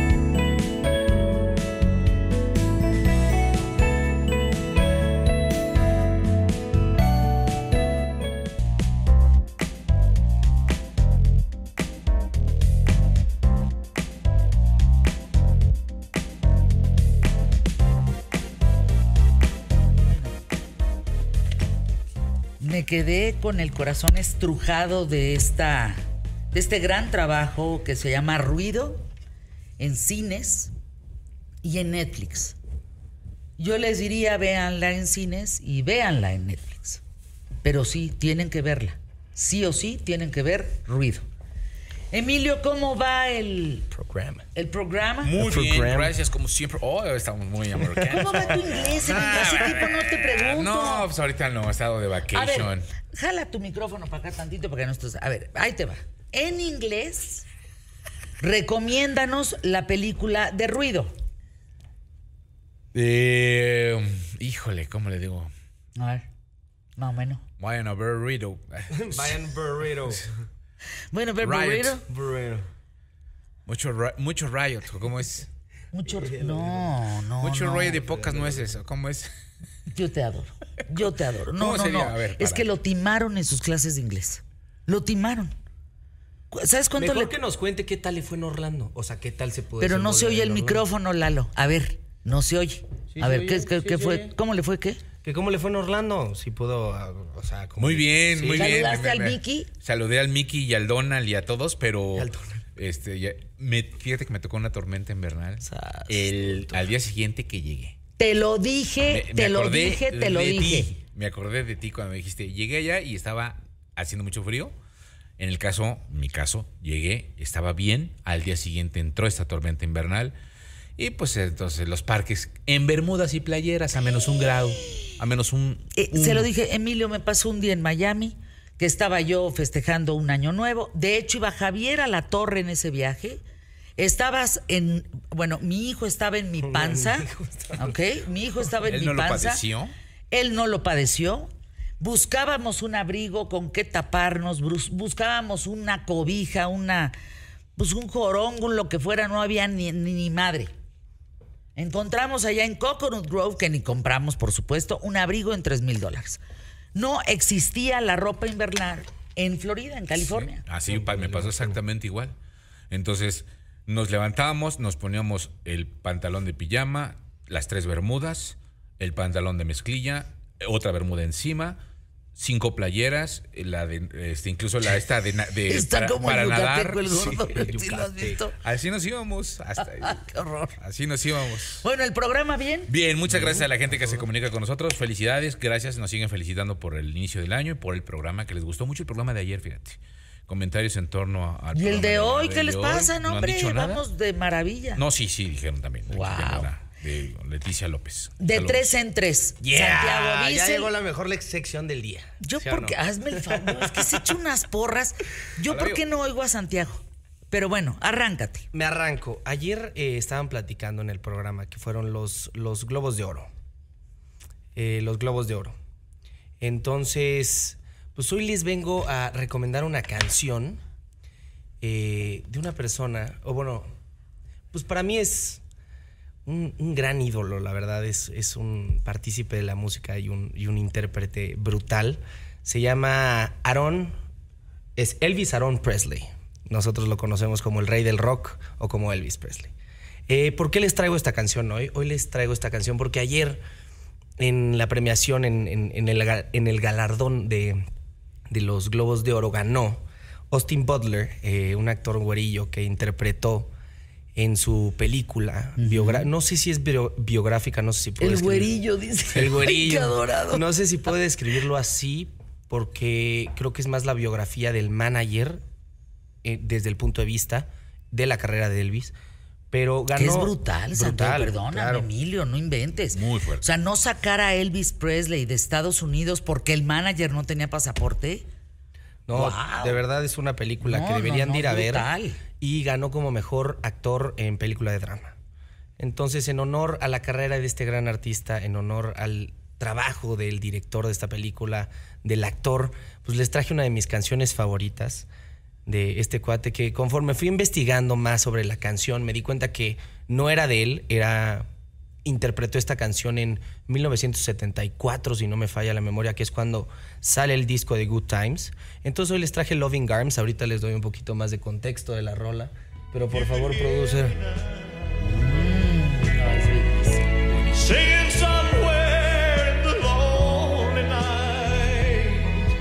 me quedé con el corazón estrujado de este gran trabajo que se llama Ruido en cines y en Netflix. Yo les diría, véanla en cines y véanla en Netflix. Pero sí, tienen que verla. Sí o sí, tienen que ver Ruido. Emilio, ¿cómo va el programa? Muy bien, gracias, como siempre. Oh, estamos muy americanos. ¿Cómo va tu inglés, Emilio? Hace tiempo no te pregunto. No, pues ahorita no, he estado de vacation. A ver, jala tu micrófono para acá tantito para que no estés... A ver, ahí te va. En inglés, recomiéndanos la película de Ruido. Híjole, ¿cómo le digo? A ver, más o menos. Vayan a ver Ruido. Bueno, ver Burrito. Mucho riot, ¿cómo es? Mucho riot de pocas nueces, ¿cómo es? Yo te adoro. No. A ver, es que lo timaron en sus clases de inglés. Lo timaron. ¿Sabes cuánto Mejor que nos cuente qué tal le fue en Orlando. O sea, qué tal se puede... Pero no se oye el micrófono, Lalo. A ver, no se oye. Sí, a ver, ¿qué fue? Oye. ¿Cómo le fue qué? ¿Que cómo le fue en Orlando? Si pudo, o sea... Como... Muy bien. ¿Saludaste al Mickey? Saludé al Mickey y al Donald y a todos, pero... Fíjate que me tocó una tormenta invernal al día siguiente que llegué. Te lo dije, te lo dije. Me acordé de ti cuando me dijiste, llegué allá y estaba haciendo mucho frío. En mi caso, llegué, estaba bien. Al día siguiente entró esta tormenta invernal. Y pues entonces los parques en bermudas y playeras a menos 1 grado. A menos un... Se lo dije, Emilio, me pasó un día en Miami que estaba yo festejando un año nuevo. De hecho, iba Javier a la Torre en ese viaje. Mi hijo estaba en mi panza. ¿Ok? Mi hijo estaba en mi panza. ¿Él no lo padeció? Él no lo padeció. Buscábamos un abrigo con qué taparnos. Buscábamos una cobija, un jorongo, lo que fuera. No había ni madre. Encontramos allá en Coconut Grove, que ni compramos, por supuesto, un abrigo en $3,000. No existía la ropa invernal en Florida, en California. Sí, así me pasó exactamente igual. Entonces nos levantábamos, nos poníamos el pantalón de pijama, las 3 bermudas, el pantalón de mezclilla, otra bermuda encima, 5 playeras, incluso esta de está como para nadar. El gordo, ¿sí lo has visto? Así nos íbamos. Qué horror. Así nos íbamos. Bueno, ¿el programa bien? Bien, muchas gracias a la gente que se comunica con nosotros. Felicidades, gracias. Nos siguen felicitando por el inicio del año y por el programa, que les gustó mucho el programa de ayer, fíjate. Comentarios en torno al ¿Y el de hoy? ¿Qué les pasa? No, hombre, vamos de maravilla. No, sí, dijeron también. Wow. De Leticia López. De Saludos. 3 en 3. Yeah, Santiago Bissell. Ya llegó la mejor sección del día. Yo ¿sí porque, no? hazme el favor, es que se echa unas porras. Yo ¿por qué no oigo a Santiago? Pero bueno, arráncate. Me arranco. Ayer estaban platicando en el programa que fueron los Globos de Oro. Los Globos de Oro. Entonces, pues hoy les vengo a recomendar una canción de una persona, pues para mí es un gran ídolo, la verdad, es un partícipe de la música y un intérprete brutal. Se llama Elvis Aaron Presley. Nosotros lo conocemos como el rey del rock o como Elvis Presley. ¿Por qué les traigo esta canción hoy? Hoy les traigo esta canción porque ayer en la premiación, en el galardón de los Globos de Oro, ganó Austin Butler, un actor güerillo que interpretó en su película, no sé si es biográfica, no sé si puedo describirlo. Güerillo, dice. El güerillo. Qué adorado. No sé si puedo describirlo así, porque creo que es más la biografía del manager desde el punto de vista de la carrera de Elvis. Pero ganó. Que es brutal, Santiago, perdóname, claro. Emilio, no inventes. Muy fuerte. O sea, no sacar a Elvis Presley de Estados Unidos porque el manager no tenía pasaporte. No, wow. De verdad es una película que deberían de ir a ver. Y ganó como mejor actor en película de drama. Entonces, en honor a la carrera de este gran artista, en honor al trabajo del director de esta película, del actor, pues les traje una de mis canciones favoritas de este cuate, que conforme fui investigando más sobre la canción, me di cuenta que no era de él, interpretó esta canción en 1974, si no me falla la memoria, que es cuando sale el disco de Good Times. Entonces hoy les traje Loving Arms, ahorita les doy un poquito más de contexto de la rola, pero por favor, producer. Singing somewhere in the lonely night,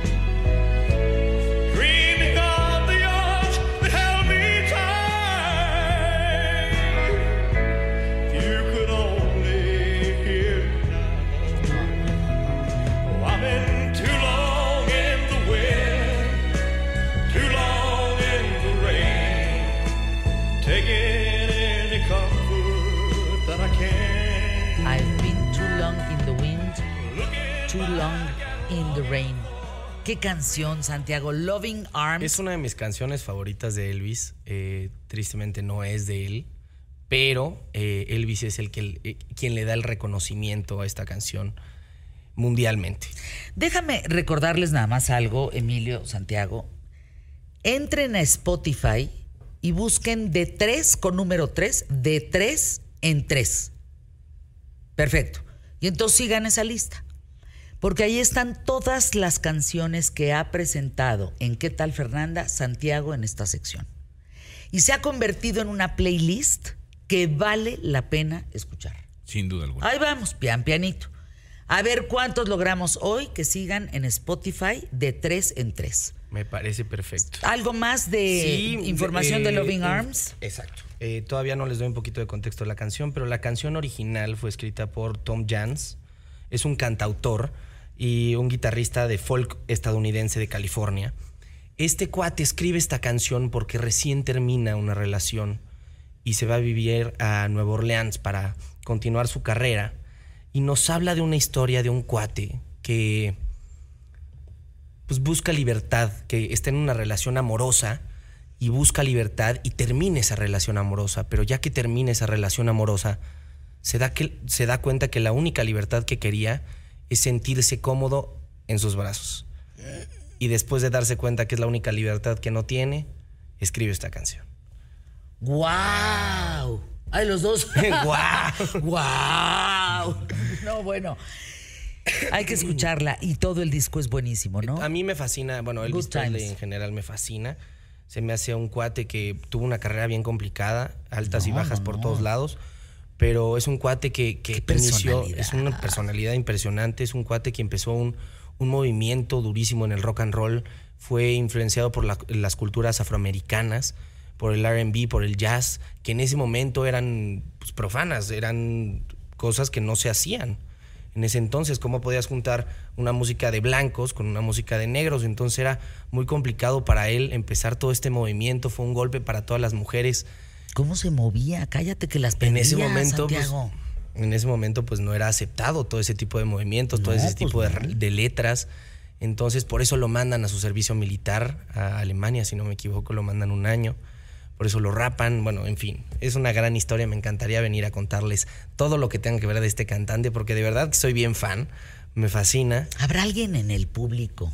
Too Long in the Rain. ¿Qué canción, Santiago? Loving Arms. Es una de mis canciones favoritas de Elvis. Tristemente no es de él, pero Elvis es quien le da el reconocimiento a esta canción mundialmente. Déjame recordarles nada más algo, Emilio, Santiago. Entren a Spotify y busquen De 3 con número 3, De 3 en 3. Perfecto. Y entonces sigan esa lista. Porque ahí están todas las canciones que ha presentado en ¿Qué tal, Fernanda? Santiago en esta sección. Y se ha convertido en una playlist que vale la pena escuchar. Sin duda alguna. Ahí vamos, pianito. A ver cuántos logramos hoy que sigan en Spotify De 3 en 3. Me parece perfecto. ¿Algo más de información de Loving Arms? Exacto. Todavía no les doy un poquito de contexto de la canción, pero la canción original fue escrita por Tom Jones. Es un cantautor y un guitarrista de folk estadounidense de California. Este cuate escribe esta canción porque recién termina una relación y se va a vivir a Nueva Orleans para continuar su carrera. Y nos habla de una historia de un cuate que pues busca libertad, que está en una relación amorosa y busca libertad y termina esa relación amorosa. Pero ya que termina esa relación amorosa, se da cuenta que la única libertad que quería es sentirse cómodo en sus brazos. Y después de darse cuenta que es la única libertad que no tiene, escribe esta canción. ¡Guau! ¡Ay, los dos! ¡Guau! ¡Guau! No, bueno. Hay que escucharla y todo el disco es buenísimo, ¿no? A mí me fascina, bueno, Elvis Presley en general me fascina. Se me hace un cuate que tuvo una carrera bien complicada, altas y bajas por todos lados, pero es un cuate que inició, es una personalidad impresionante, es un cuate que empezó un movimiento durísimo en el rock and roll, fue influenciado por las culturas afroamericanas, por el R&B, por el jazz, que en ese momento eran pues, profanas, eran cosas que no se hacían. En ese entonces, ¿cómo podías juntar una música de blancos con una música de negros? Entonces era muy complicado para él empezar todo este movimiento, fue un golpe para todas las mujeres. ¿Cómo se movía? Cállate que las perdía, Santiago. En ese momento pues no era aceptado todo ese tipo de movimientos, todo ese tipo de letras. Entonces por eso lo mandan a su servicio militar a Alemania, si no me equivoco, lo mandan 1 año. Por eso lo rapan, bueno, en fin, es una gran historia, me encantaría venir a contarles todo lo que tenga que ver de este cantante, porque de verdad que soy bien fan, me fascina. ¿Habrá alguien en el público?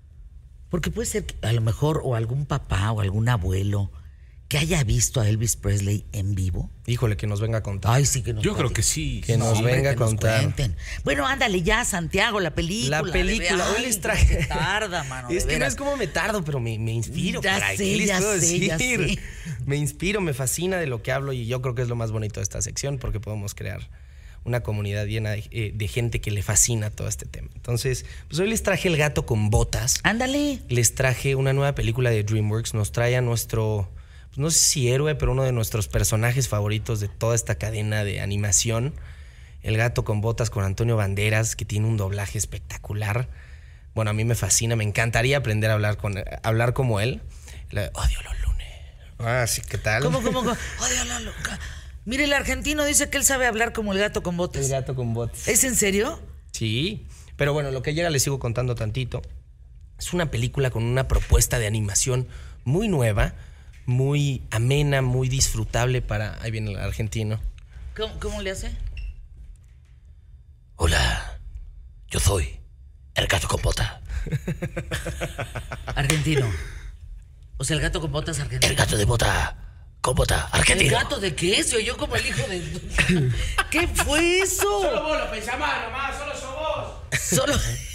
Porque puede ser que a lo mejor o algún papá o algún abuelo que haya visto a Elvis Presley en vivo. Híjole, que nos venga a contar. Ay, sí, que nos Yo cuente. creo que sí. Que nos venga a contar. Bueno, ándale ya, Santiago, la película. Hoy les traje. Tarda, mano. Es que no es como me tardo, pero me inspiro. Ya sé, ya sé. Me inspiro, me fascina de lo que hablo y yo creo que es lo más bonito de esta sección porque podemos crear una comunidad llena de gente que le fascina todo este tema. Entonces, pues hoy les traje El gato con botas. Ándale. Les traje una nueva película de DreamWorks. Nos trae a nuestro, pues no sé si héroe, pero uno de nuestros personajes favoritos de toda esta cadena de animación. El gato con botas con Antonio Banderas, que tiene un doblaje espectacular. Bueno, a mí me fascina, me encantaría aprender a hablar como él. Odio los lunes. Ah, sí, ¿qué tal? ¿Cómo? Odio los lunes. Mire, el argentino dice que él sabe hablar como el gato con botas. El gato con botas. ¿Es en serio? Sí, pero bueno, lo que llega les sigo contando tantito. Es una película con una propuesta de animación muy nueva, muy amena, muy disfrutable para... Ahí viene el argentino. ¿Cómo le hace? Hola, yo soy el gato con botas. Argentino. O sea, el gato con botas argentino. El gato de bota con bota argentino. ¿El gato de qué? Se oyó como el hijo de... ¿Qué fue eso? Solo vos lo pensás más, nomás, solo sos vos. Solo...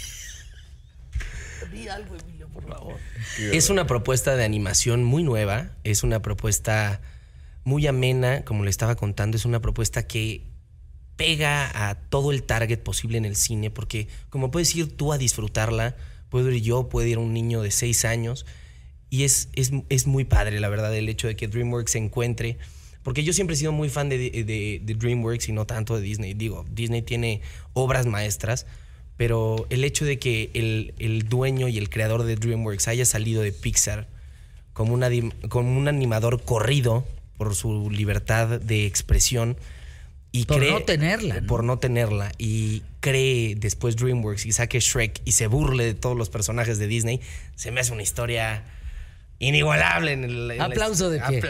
Di algo, Emilio, por favor. Es una propuesta de animación muy nueva, es una propuesta muy amena, como le estaba contando, es una propuesta que pega a todo el target posible en el cine, porque como puedes ir tú a disfrutarla, puedo ir yo, puede ir un niño de 6 años, y es muy padre, la verdad, el hecho de que DreamWorks se encuentre, porque yo siempre he sido muy fan de DreamWorks y no tanto de Disney. Digo, Disney tiene obras maestras, pero el hecho de que el dueño y el creador de DreamWorks haya salido de Pixar como un animador corrido por su libertad de expresión Y por no tenerla, ¿no? Por no tenerla. Y cree después DreamWorks y saque Shrek y se burle de todos los personajes de Disney. Se me hace una historia inigualable. ¿Aplauso de pie?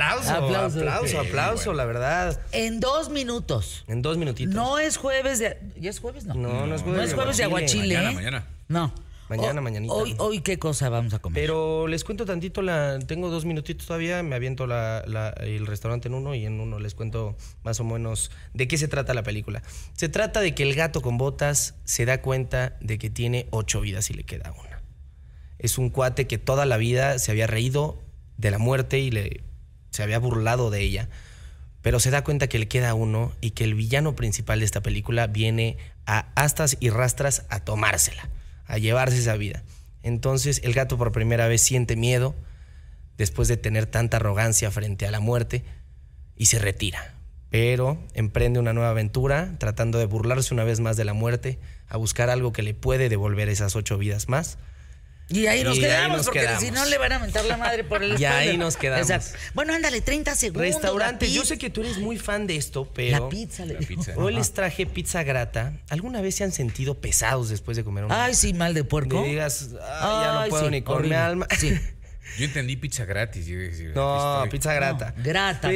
Aplauso, la verdad. En 2 minutos. En 2 minutitos. No es jueves de... ¿Ya es jueves? No. No es jueves. No es jueves de aguachile. Mañana. No. Mañanita. Hoy ¿qué cosa vamos a comer? Pero les cuento tantito, tengo 2 minutitos todavía, me aviento el restaurante en uno y en uno les cuento más o menos de qué se trata la película. Se trata de que el gato con botas se da cuenta de que tiene 8 vidas y le queda una. Es un cuate que toda la vida se había reído de la muerte y se había burlado de ella, pero se da cuenta que le queda uno y que el villano principal de esta película viene a astas y rastras a tomársela, a llevarse esa vida. Entonces el gato por primera vez siente miedo después de tener tanta arrogancia frente a la muerte y se retira. Pero emprende una nueva aventura tratando de burlarse una vez más de la muerte, a buscar algo que le puede devolver esas 8 vidas más. Y ahí nos quedamos, porque si no le van a mentar la madre por el spoiler. Y ahí nos quedamos. Exacto. Bueno, ándale, 30 segundos. Restaurante, yo sé que tú eres muy fan de esto, pero... La pizza. Hoy les traje pizza grata. ¿Alguna vez se han sentido pesados después de comer una? Ay, sí, mal de puerco. Que digas, ya no puedo ni con mi alma. Sí. Yo entendí pizza gratis. No, pizza grata. No, grata,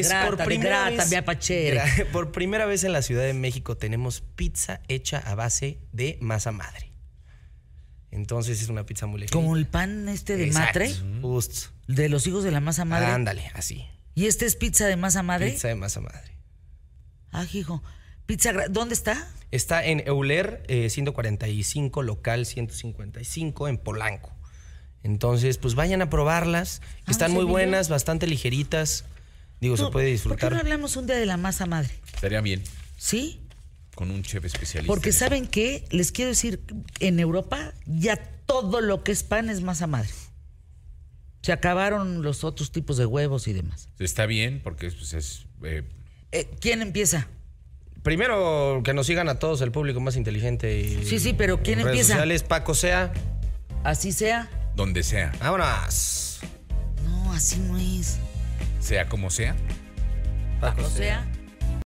via pachere. Por primera vez en la Ciudad de México tenemos pizza hecha a base de masa madre. Entonces es una pizza muy ligera. Como el pan de Matre. Justo. De los hijos de la masa madre. Ándale, así. ¿Y este es pizza de masa madre? Pizza de masa madre. Ah, hijo. ¿Dónde está? Está en Euler 145, local 155, en Polanco. Entonces, pues vayan a probarlas. Están muy buenas, bastante ligeritas. Digo, se puede disfrutar. ¿Por qué no hablamos un día de la masa madre? Estaría bien. ¿Sí? Con un chef especialista. Porque ¿saben qué? Les quiero decir, en Europa ya todo lo que es pan es masa madre. Se acabaron los otros tipos de huevos y demás. Está bien, porque pues, es... ¿Quién empieza? Primero, que nos sigan a todos, el público más inteligente. Sí, pero ¿quién empieza? Redes sociales, Paco Sea. Así sea. Donde sea. Vámonos. No, así no es. Sea como sea. Paco Sea.